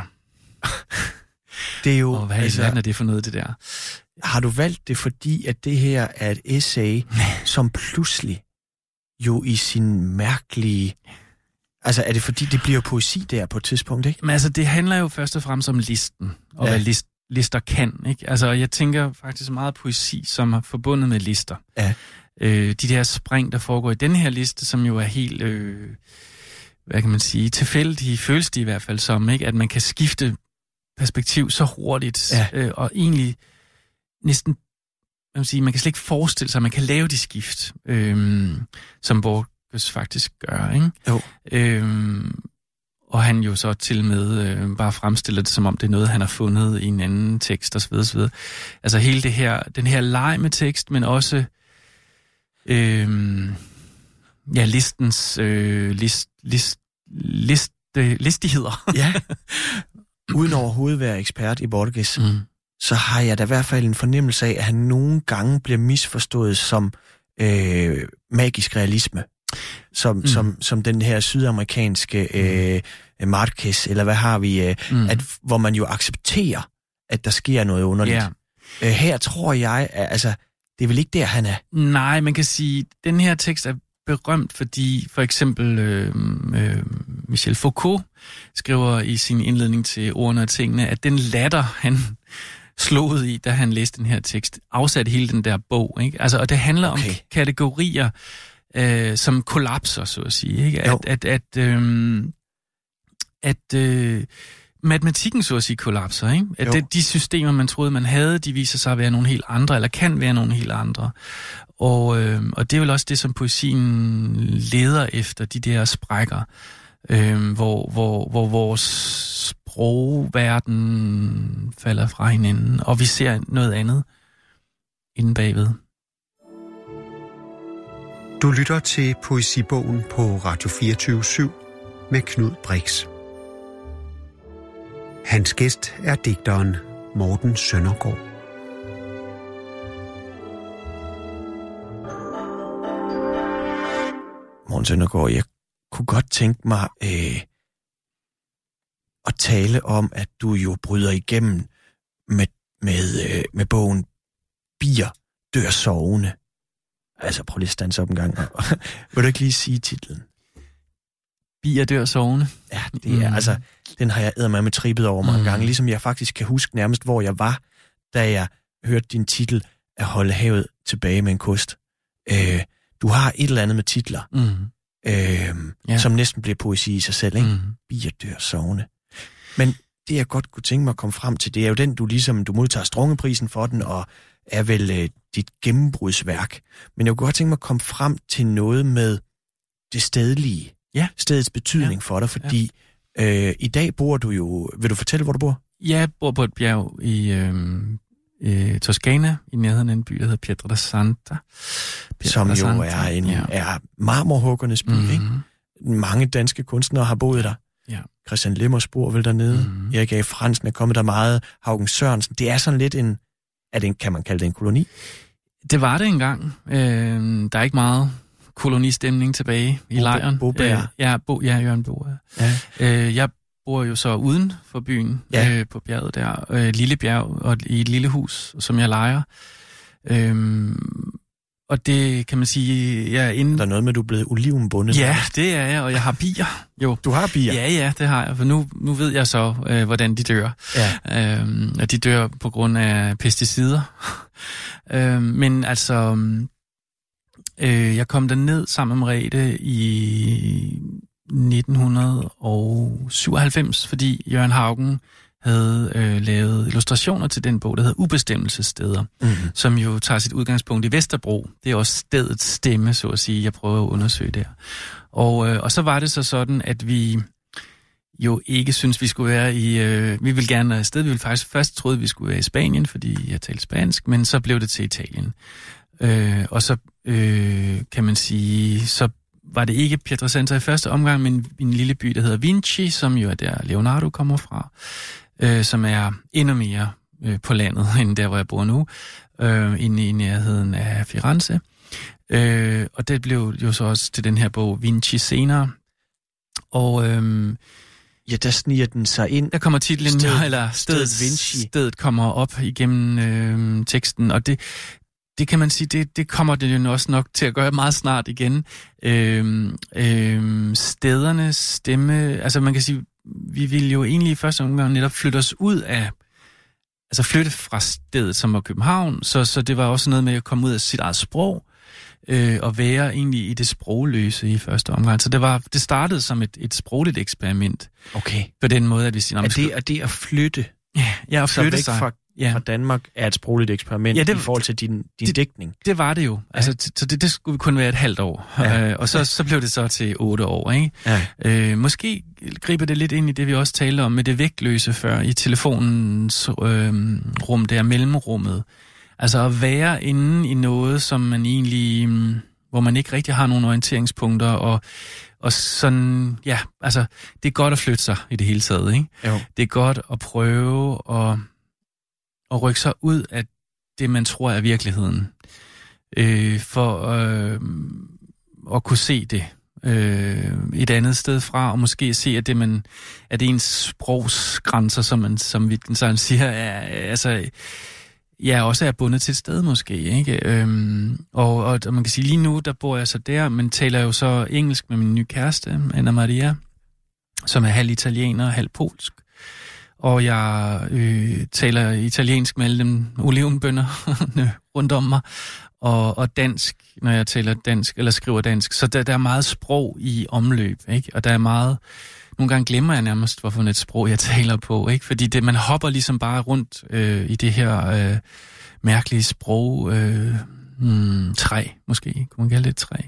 Det er jo... Og hvad altså, er det for noget, det der? Har du valgt det, fordi at det her er et essay, som pludselig jo i sin mærkelige... Altså, er det fordi, det bliver poesi der på et tidspunkt, ikke? Men altså, det handler jo først og fremmest om listen, og ja. hvad list, lister kan, ikke? Altså, jeg tænker faktisk meget poesi, som er forbundet med lister. Ja. Øh, de der spring, der foregår i den her liste, som jo er helt, øh, hvad kan man sige, tilfældige, føles det i hvert fald som, ikke? At man kan skifte perspektiv så hurtigt, ja. øh, og egentlig næsten, man kan sige, man kan slet ikke forestille sig, at man kan lave de skift, øh, som Borges faktisk gør, ikke? Jo. Øh, og han jo så til med øh, bare fremstiller det, som om det er noget, han har fundet i en anden tekst, osv. osv. Altså hele det her, den her leg med tekst, men også øh, ja, listens øh, list, list, list, øh, listigheder. Ja. Uden overhovedet være ekspert i Borges, mm. så har jeg da i hvert fald en fornemmelse af, at han nogle gange bliver misforstået som øh, magisk realisme. Som, mm. som, som den her sydamerikanske øh, Marquez, eller hvad har vi, øh, mm. at, hvor man jo accepterer, at der sker noget underligt. Yeah. Øh, her tror jeg, at, altså, det er vel ikke der, han er. Nej, man kan sige, at den her tekst er berømt, fordi for eksempel øh, øh, Michel Foucault skriver i sin indledning til Ordene og Tingene, at den latter, han slået i, da han læste den her tekst, afsatte hele den der bog. Ikke? Altså, og det handler okay. om kategorier, øh, som kollapser, så at sige. Ikke? At, at, at, øh, at øh, matematikken, så at sige, kollapser. Ikke? At det, de systemer, man troede, man havde, de viser sig at være nogle helt andre, eller kan være nogle helt andre. Og, øh, og det er vel også det, som poesien leder efter, de der sprækker, øh, hvor, hvor, hvor vores sprogverden falder fra hinanden, og vi ser noget andet inde bagved. Du lytter til Poesibogen på Radio fireogtyve syv med Knud Brix. Hans gæst er digteren Morten Søndergaard. Morten Søndergaard, jeg kunne godt tænke mig øh, at tale om, at du jo bryder igennem med, med, øh, med bogen Bier dør sovende. Altså, prøv lige at standse op en gang. Vil du ikke lige sige titlen? Bier dør sovende? Ja, det er, mm. altså, den har jeg eddermame med trippet over mange mm. gange. Ligesom jeg faktisk kan huske nærmest, hvor jeg var, da jeg hørte din titel at holde havet tilbage med en kost. Øh, du har et eller andet med titler, mm. øh, ja. som næsten bliver poesi i sig selv, ikke? Mm. Bier dør sovende. Men det, jeg godt kunne tænke mig at komme frem til, det er jo den, du ligesom, du modtager Strungeprisen for den, og er vel øh, dit gennembrudsværk. Men jeg kunne godt tænke mig at komme frem til noget med det stedlige. Ja. Stedets betydning ja. for dig, fordi ja. øh, i dag bor du jo... Vil du fortælle, hvor du bor? Jeg bor på et bjerg i øh, øh, Toscana, i nærheden af en by, der hedder Pietra Santa. Pietra Som jo Santa. er en ja. er marmorhuggernes by, mm-hmm. ikke? Mange danske kunstnere har boet der. Ja. Christian Lemmers bor vel dernede. Mm-hmm. Erik A. Fransen er kommet der meget. Haugen Sørensen. Det er sådan lidt en... Er det en, kan man kalde det en koloni? Det var det engang. Øh, der er ikke meget kolonistemning tilbage i Bo, lejren. Boberg. Øh, ja, Bo, ja, Jørgen Boberg. Ja. Øh, jeg bor jo så uden for byen, ja. øh, på bjerget der. Øh, lille bjerg, og i et lille hus, som jeg lejer. Øh, og det kan man sige, jeg er inde... Der er noget med, at du er blevet olivenbundet. Ja, det er jeg, og jeg har bier. Jo. Du har bier? Ja, ja, det har jeg, for nu, nu ved jeg så, øh, hvordan de dør. Ja. Øh, og de dør på grund af pesticider. øh, men altså... Øh, jeg kom derned sammen med Merete i nitten syvoghalvfems, fordi Jørgen Haugen havde øh, lavet illustrationer til den bog, der hedder Ubestemmelsessteder, mm-hmm. som jo tager sit udgangspunkt i Vesterbro. Det er også stedets stemme, så at sige, jeg prøver at undersøge der. Og, øh, og så var det så sådan, at vi jo ikke synes vi skulle være i... Øh, vi ville gerne afsted. Vi ville faktisk først troede, vi skulle være i Spanien, fordi jeg talte spansk, men så blev det til Italien. Øh, og så øh, kan man sige, så var det ikke Pietrasanta i første omgang, men en lille by, der hedder Vinci, som jo er der Leonardo kommer fra, øh, som er endnu mere øh, på landet, end der, hvor jeg bor nu, øh, inde i nærheden af Firenze. Øh, og det blev jo så også til den her bog Vinci senere. Og øh, ja, der sniger den sig ind. Der kommer titlen, Sted, eller stedet, stedet Vinci. Stedet kommer op igennem øh, teksten, og det, det kan man sige, det, det kommer det jo også nok til at gøre meget snart igen. Øh, øh, stedernes stemme, altså man kan sige, vi ville jo egentlig i første omgang netop flytte os ud af, altså flytte fra stedet, som var København, så, så det var også noget med at komme ud af sit eget sprog, øh, og være egentlig i det sprogløse i første omgang. Så det, var, det startede som et, et sprogligt eksperiment. Okay. På den måde, at vi siger... Er det, er det at flytte? Ja, ja at flytte væk sig. Fra, ja. fra Danmark er et sprogligt eksperiment ja, det, i forhold til din, din det, digtning? Det var det jo. Ja. Altså, så det, det skulle kun være et halvt år. Ja. Øh, og så, så blev det så til otte år, ikke? Ja. Øh, måske griber det lidt ind i det, vi også talte om med det vægtløse før, i telefonens øh, rum, der mellemrummet. Altså at være inde i noget, som man egentlig, hvor man ikke rigtig har nogen orienteringspunkter, og, og sådan, ja, altså, det er godt at flytte sig i det hele taget, ikke? Jo. Det er godt at prøve at, at rykke sig ud af det, man tror er virkeligheden, øh, for øh, at kunne se det øh, et andet sted fra, og måske se, at det, man, at ens sprogsgrænser, som man, som Wittgenstein siger, er, altså, ja, også er bundet til et sted måske, ikke? Øhm, og, og, og man kan sige, lige nu, der bor jeg så der, men taler jo så engelsk med min nye kæreste, Anna Maria, som er halv italiener og halv polsk. Og jeg øh, taler italiensk med alle dem olivenbønner rundt om mig, og, og dansk, når jeg taler dansk, eller skriver dansk. Så der, der er meget sprog i omløb, ikke? Og der er meget... Nogle gange glemmer jeg nærmest, hvorfor et sprog jeg taler på, ikke? Fordi det, man hopper ligesom bare rundt øh, i det her øh, mærkelige sprog. Øh, hmm, træ, måske. Kunne man kalde det et træ?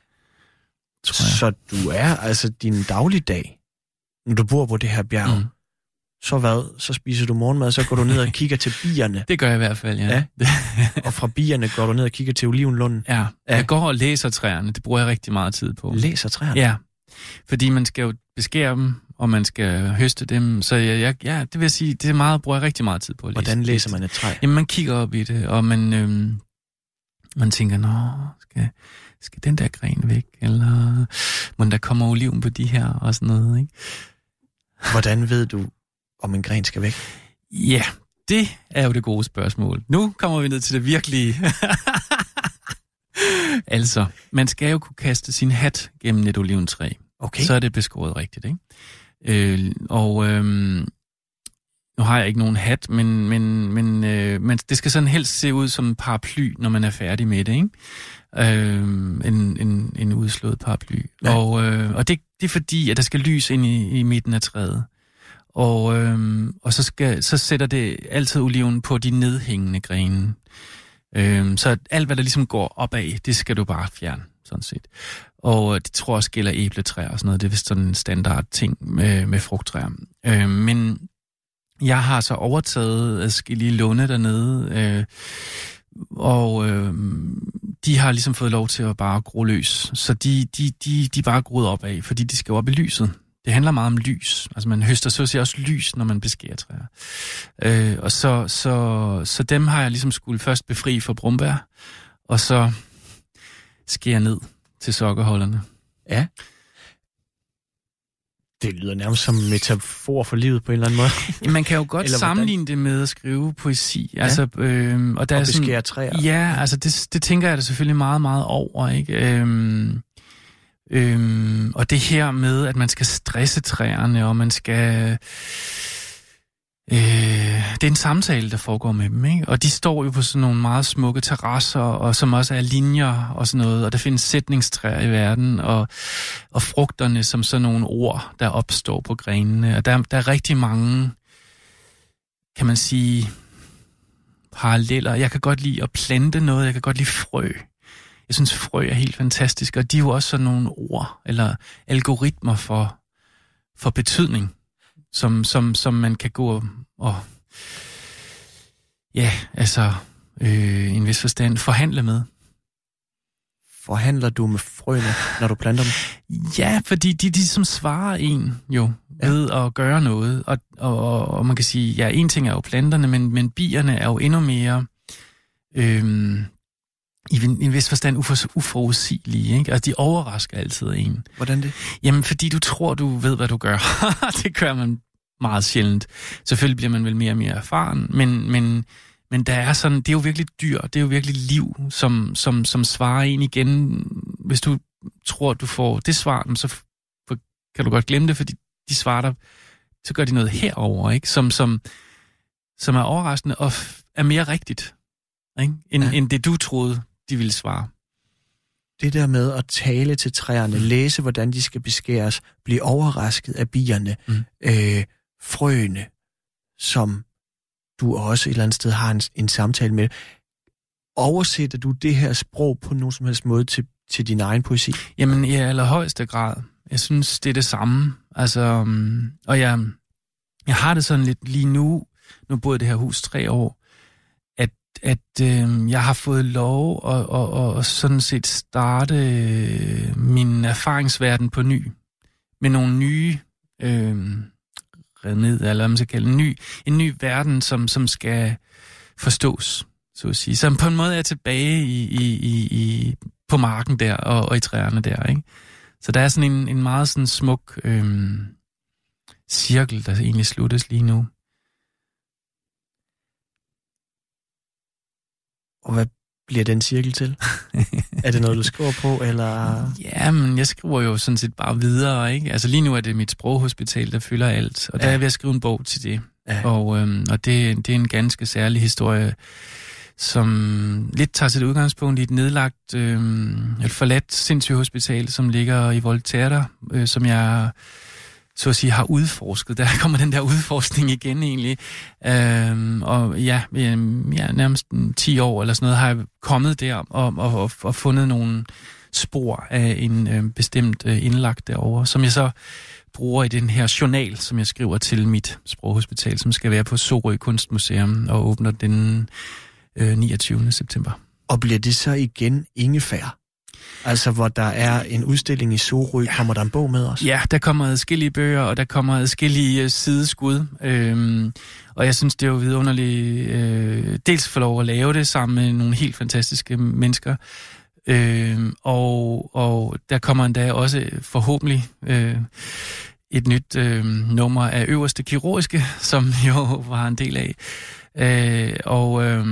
Så du er altså din dagligdag, når du bor på det her bjerg, mm. så hvad? Så spiser du morgenmad, så går du ned og kigger til bierne. Det gør jeg i hvert fald, ja. ja. Og fra bierne går du ned og kigger til olivenlunden. Ja, ja. Jeg går og læser træerne. Det bruger jeg rigtig meget tid på. Læser træerne? Ja. Fordi man skal jo beskære dem, og man skal høste dem. Så jeg, jeg, ja, det vil jeg sige, det er meget, bruger jeg rigtig meget tid på at læse. Hvordan læser man et træ? Jamen, man kigger op i det, og man, øhm, man tænker, nå, skal, skal den der gren væk? Eller må der kommer oliven på de her, og sådan noget, ikke? Hvordan ved du, om en gren skal væk? Ja, det er jo det gode spørgsmål. Nu kommer vi ned til det virkelige. Altså, man skal jo kunne kaste sin hat gennem et oliventræ. Okay. Så er det beskåret rigtigt, ikke? Øh, og øh, nu har jeg ikke nogen hat, men, men, men, øh, men det skal sådan helst se ud som en paraply, når man er færdig med det, ikke? Øh, en, en, en udslået paraply. Ja. Og, øh, og det, det er fordi, at der skal lys ind i, i midten af træet. Og, øh, og så, skal, så sætter det altid oliven på de nedhængende grene. Øh, så alt, hvad der ligesom går opad, det skal du bare fjerne, sådan set. Og det tror jeg også gælder æbletræer og sådan noget. Det er vist sådan en standard ting med, med frugttræer. Øh, men jeg har så overtaget adskillige lunde dernede, øh, og øh, de har ligesom fået lov til at bare gro løs. Så de, de, de, de bare groet opad, fordi de skal op i lyset. Det handler meget om lys. Altså man høster så at sige også lys, når man beskærer træer. Øh, og så, så, så dem har jeg ligesom skulle først befri for brumbær, og så skære ned til sokkerholderne. Ja. Det lyder nærmest som en metafor for livet på en eller anden måde. Man kan jo godt eller sammenligne hvordan? Det med at skrive poesi. Ja. Altså, øh, og der og er beskære sådan, træer. Ja, altså det, det tænker jeg da selvfølgelig meget, meget over, ikke? Øhm, øhm, og det her med, at man skal stresse træerne, og man skal... Øh, det er en samtale, der foregår med dem, ikke? Og de står jo på sådan nogle meget smukke terrasser, og som også er linjer og sådan noget, og der findes sætningstræer i verden, og, og frugterne som sådan nogle ord, der opstår på grenene. Og der, der er rigtig mange, kan man sige, paralleller. Jeg kan godt lide at plante noget, jeg kan godt lide frø. Jeg synes, frø er helt fantastisk, og de er jo også sådan nogle ord, eller algoritmer for, for betydning. Som, som, som man kan gå og, ja, altså, øh, i en vis forstand forhandle med. forhandler du med frøene, når du planter dem? Ja, fordi de, de som svarer en jo ja. ved at gøre noget. Og, og, og man kan sige, ja, en ting er jo planterne, men, men bierne er jo endnu mere øhm, i en vis forstand ufor, uforudsigelige. Ikke? Altså, de overrasker altid en. Hvordan det? Jamen, fordi du tror, du ved, hvad du gør. Det gør man meget sjældent. Selvfølgelig bliver man vel mere og mere erfaren, men... men Men der er sådan, det er jo virkelig dyr, det er jo virkelig liv, som, som, som svarer en igen. Hvis du tror, du får det svar, så kan du godt glemme det, fordi de svarer dig, så gør de noget herover, ikke? Som, som, som er overraskende og er mere rigtigt, ikke? End, ja. end det, du troede, de ville svare. Det der med at tale til træerne, mm. læse, hvordan de skal beskæres, blive overrasket af bierne, mm. øh, frøene, som... du også et eller andet sted har en, en samtale med. Oversætter du det her sprog på nogen som helst måde til, til din egen poesi? Jamen, i allerhøjeste grad. Jeg synes, det er det samme. Altså, og jeg, jeg har det sådan lidt lige nu, nu boede det her hus tre år, at, at øh, jeg har fået lov at, at, at sådan set starte øh, min erfaringsverden på ny. Med nogle nye... Øh, ned, eller hvad man skal kalde en ny, en ny verden, som, som skal forstås, så at sige. Så på en måde er jeg tilbage i, i, i, i, på marken der, og, og i træerne der, ikke? Så der er sådan en, en meget sådan smuk øhm, cirkel, der egentlig sluttes lige nu. Og hvad bliver den cirkel til? Er det noget, du skriver på, eller? Ja, men jeg skriver jo sådan set bare videre, ikke? Altså lige nu er det mit sproghospital, der fylder alt, og ja. der er jeg ved at skrive en bog til det. Ja. Og, øhm, og det, det er en ganske særlig historie, som lidt tager sit udgangspunkt i et nedlagt, øhm, et forladt sindssygehospital, som ligger i Volterra, øh, som jeg... så at sige, har udforsket. Der kommer den der udforskning igen egentlig. Øhm, og ja, ja, nærmest ti år eller sådan noget, har jeg kommet der og, og, og, og fundet nogle spor af en øh, bestemt øh, indlagt derovre, som jeg så bruger i den her journal, som jeg skriver til mit sproghospital, som skal være på Sorø Kunstmuseum og åbner den øh, niogtyvende september. Og bliver det så igen ingefær? Altså, hvor der er en udstilling i Sorø, ja. Kommer der en bog med os? Ja, der kommer adskillige bøger, og der kommer adskillige sideskud. Øhm, og jeg synes, det er jo vidunderligt øh, dels få lov at lave det sammen med nogle helt fantastiske mennesker. Øhm, og, og der kommer endda også forhåbentlig øh, et nyt øh, nummer af Øverste Kirurgiske, som jo var en del af. Øh, og... Øh,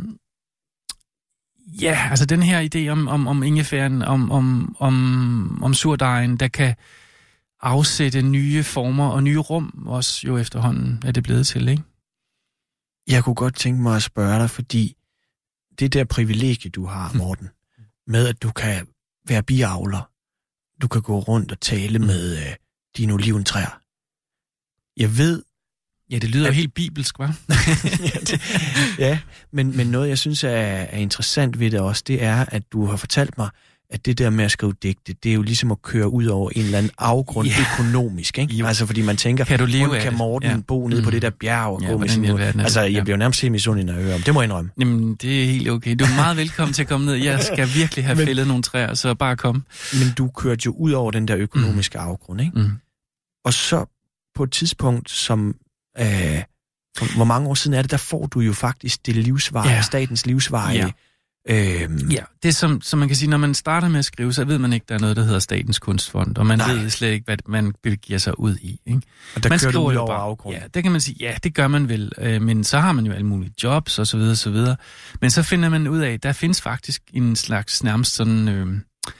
Ja, altså den her idé om, om, om ingefæren, om, om, om, om surdejen, der kan afsætte nye former og nye rum, også jo efterhånden er det blevet til, ikke? Jeg kunne godt tænke mig at spørge dig, fordi det der privilegie, du har, Morten, med at du kan være biavler, du kan gå rundt og tale med øh, dine oliventræer. Jeg ved... Ja, det lyder at... jo helt bibelsk, hva'? ja, det, ja men, men noget, jeg synes er, er interessant ved det også, det er, at du har fortalt mig, at det der med at skrive digte, det er jo ligesom at køre ud over en eller anden afgrund yeah. økonomisk, ikke? Jo. Altså, fordi man tænker, kan du leve kan Morten ja. bo nede mm. på det der bjerg og ja, gå med sin måde? Altså, jeg ja. bliver nærmest semisundig, når jeg hører om. Det må jeg indrømme. Jamen, det er helt okay. Du er meget velkommen til at komme ned. Jeg skal virkelig have men, fældet nogle træer, så bare kom. Men du kørte jo ud over den der økonomiske mm. afgrund, ikke? Mm. Og så på et tidspunkt, som... Øh, hvor mange år siden er det, der får du jo faktisk det livsveje, ja. statens livsveje. Ja, øhm. ja det er som, som man kan sige, når man starter med at skrive, så ved man ikke, der er noget, der hedder Statens Kunstfond, og man Nej. ved slet ikke, hvad man begiver sig ud i. Ikke? Og der man kører du ud over bare, afgrunden. Ja, det kan man sige, ja, det gør man vel, øh, men så har man jo alle mulige jobs, og så videre, og så videre. Men så finder man ud af, der findes faktisk en slags nærmest sådan... Øh,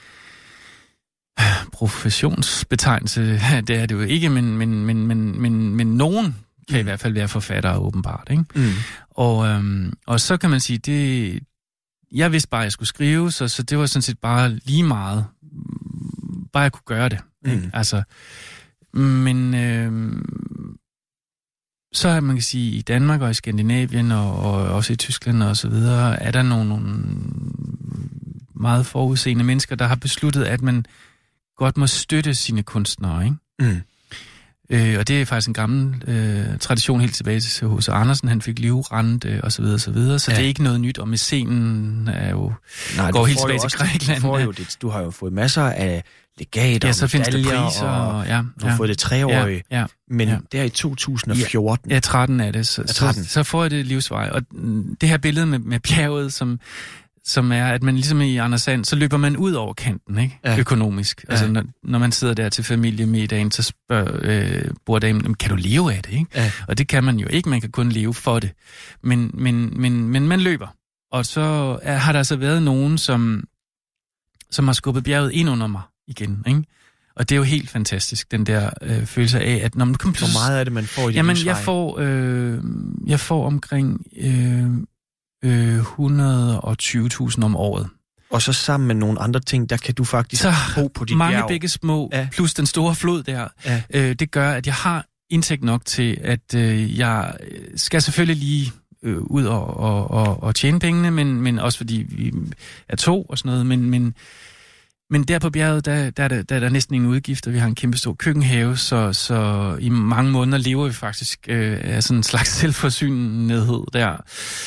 professionsbetegnelse, det er det jo ikke, men, men, men, men, men, men nogen kan mm. i hvert fald være forfattere åbenbart, ikke? Mm. Og, øhm, og så kan man sige, det, jeg vidste bare, at jeg skulle skrive, så, så det var sådan set bare lige meget, bare jeg kunne gøre det. Mm. Altså, men øhm, så er man kan sige, i Danmark og i Skandinavien og, og også i Tyskland og så videre, er der nogle, nogle meget forudseende mennesker, der har besluttet, at man godt må støtte sine kunstnere, ikke? Mm. Øh, og det er faktisk en gammel øh, tradition helt tilbage til H C Andersen. Han fik livrente og så videre, og så videre. Så ja. Det er ikke noget nyt, og mæcenen er jo, Nej, går helt tilbage til Grækenland. Du, jo det, du har jo fået masser af legater, ja, så findes der priser, og, og ja, du har ja, fået det treårige. Ja, ja, men ja. der i to tusind og fjorten... Ja, tretten er det. Så, ja, tretten. Så, så får jeg det livsvej. Og det her billede med, med bjerget, som... som er, at man ligesom i Anders Sand, så løber man ud over kanten, ikke? Ja. Økonomisk. Ja. Altså, når, når man sidder der til familiemiddagen, så spørger øh, borddamen, kan du leve af det, ikke? Ja. Og det kan man jo ikke, man kan kun leve for det. Men, men, men, men man løber. Og så er, har der altså været nogen, som, som har skubbet bjerget ind under mig igen, ikke? Og det er jo helt fantastisk, den der øh, følelse af, at når man kommer... Hvor meget er det, man får i det Jamen, jeg får, øh, jeg får omkring... Øh, et hundrede og tyve tusind om året. Og så sammen med nogle andre ting, der kan du faktisk så bo på dit mange bjerg. begge små, ja. plus den store flod der. Ja. Øh, det gør, at jeg har indtægt nok til, at øh, jeg skal selvfølgelig lige øh, ud og, og, og, og tjene pengene, men, men også fordi vi er to og sådan noget. Men, men, men der på bjerget, der, der, der, der er der næsten ingen udgifter. Vi har en kæmpe stor køkkenhave, så, så i mange måneder lever vi faktisk øh, af sådan en slags selvforsynenhed der.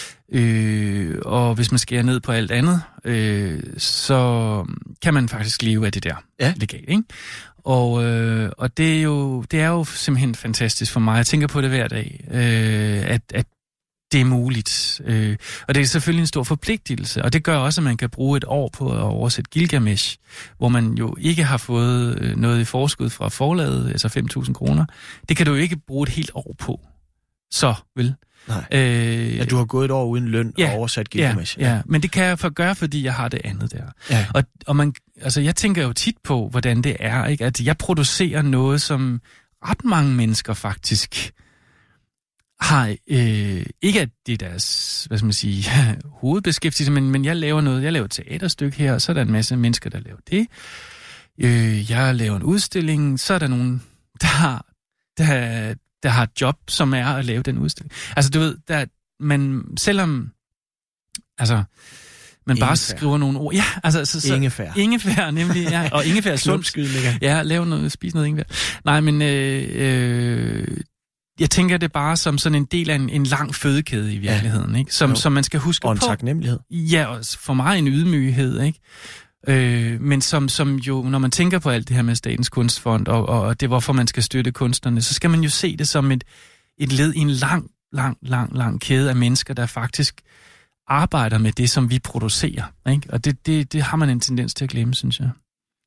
Øh, og hvis man skærer ned på alt andet, øh, så kan man faktisk leve af det der ja. legalt, ikke? Og, øh, og det er jo det er jo simpelthen fantastisk for mig. Jeg tænker på det hver dag, øh, at, at det er muligt. Øh, og det er selvfølgelig en stor forpligtelse, og det gør også, at man kan bruge et år på at oversætte Gilgamesh, hvor man jo ikke har fået noget i forskud fra forlaget, altså fem tusind kroner. Det kan du jo ikke bruge et helt år på. Så, vel? Nej. Øh, ja, du har gået et år uden løn ja, og oversat Gilgamesh. Ja, ja, men det kan jeg for gøre, fordi jeg har det andet der. Ja. Og, og man, altså, jeg tænker jo tit på, hvordan det er, ikke? At jeg producerer noget, som ret mange mennesker faktisk har, øh, ikke at det er deres, hvad skal man sige, hovedbeskæftigelse, men, men jeg laver noget, jeg laver et teaterstykke her, og så er der en masse mennesker, der laver det. Øh, jeg laver en udstilling, så er der nogen, der, der der har et job, som er at lave den udstilling. Altså, du ved, der, man, selvom, altså, man ingefær. Bare skriver nogle ord. Ja, altså, så, så ingefær. Ingefær, nemlig, ja. Og ingefær er sundt. Ja, lave noget, spise noget ingefær. Nej, men øh, øh, jeg tænker det bare som sådan en del af en, en lang fødekæde i virkeligheden, ja. Ikke? Som, som man skal huske på. Og en taknemmelighed. Ja, og for mig en ydmyghed, ikke? Øh, men som, som jo, når man tænker på alt det her med Statens Kunstfond, og, og det hvorfor man skal støtte kunstnerne, så skal man jo se det som et, et led i en lang, lang, lang, lang kæde af mennesker, der faktisk arbejder med det, som vi producerer. Ikke? Og det, det, det har man en tendens til at glemme, synes jeg.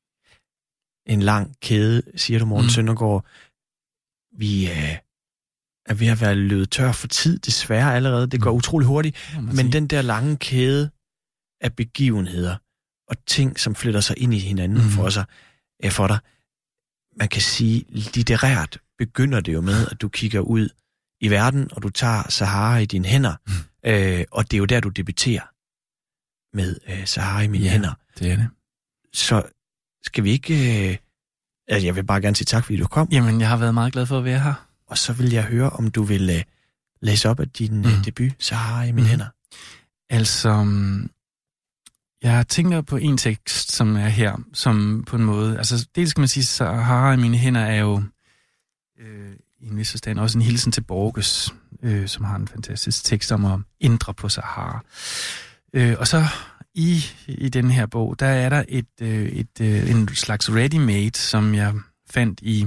En lang kæde, siger du, Morten mm. Søndergaard. Vi øh, er ved at være løbet tør for tid, desværre allerede. Det går mm. utrolig hurtigt. Men sige. Den der lange kæde af begivenheder, og ting, som flytter sig ind i hinanden mm. for sig, er for dig. Man kan sige, litterært begynder det jo med, at du kigger ud i verden, og du tager Sahara i dine hænder, mm. øh, og det er jo der, du debuterer med øh, Sahara i mine ja, hænder. Det er det. Så skal vi ikke... Øh, altså, jeg vil bare gerne sige tak, fordi du kom. Jamen, jeg har været meget glad for at være her. Og så vil jeg høre, om du vil øh, læse op af din mm. øh, debut, Sahara i mine mm. hænder. Altså... Jeg tænker på en tekst, som er her, som på en måde... Altså, dels skal man sige, Sahara i mine hænder er jo øh, i en vis forstand også en hilsen til Borges, øh, som har en fantastisk tekst om at ændre på Sahara. Øh, og så i, i den her bog, der er der et, øh, et, øh, en slags ready-made, som jeg fandt i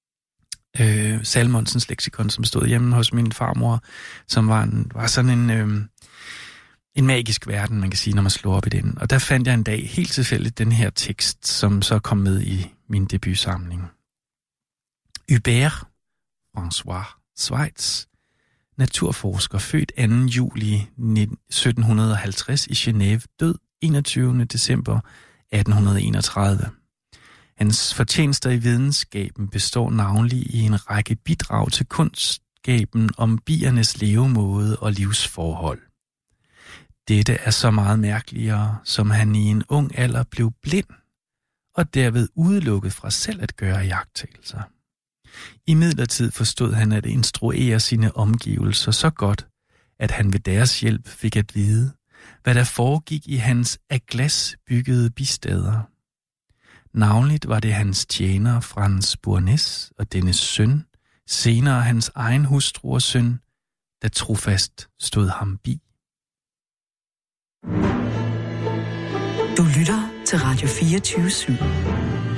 øh, Salmonsens leksikon, som stod hjemme hos min farmor, som var, en, var sådan en... Øh, En magisk verden, man kan sige, når man slår op i den. Og der fandt jeg en dag helt tilfældigt den her tekst, som så kom med i min debutsamling. Hubert François Schweitz, naturforsker, født anden juli sytten halvtreds i Genève, død enogtyvende december atten enogtredive. Hans fortjenester i videnskaben består navnlig i en række bidrag til kundskaben om biernes levemåde og livsforhold. Dette er så meget mærkeligere, som han i en ung alder blev blind og derved udelukket fra selv at gøre iagttagelser. Imidlertid forstod han at instruere sine omgivelser så godt, at han ved deres hjælp fik at vide, hvad der foregik i hans af glas byggede bistader. Navnligt var det hans tjener Frans Bournes og dennes søn, senere hans egen hustru og søn, der trofast stod ham bi. Du lytter til Radio fireogtyve syv.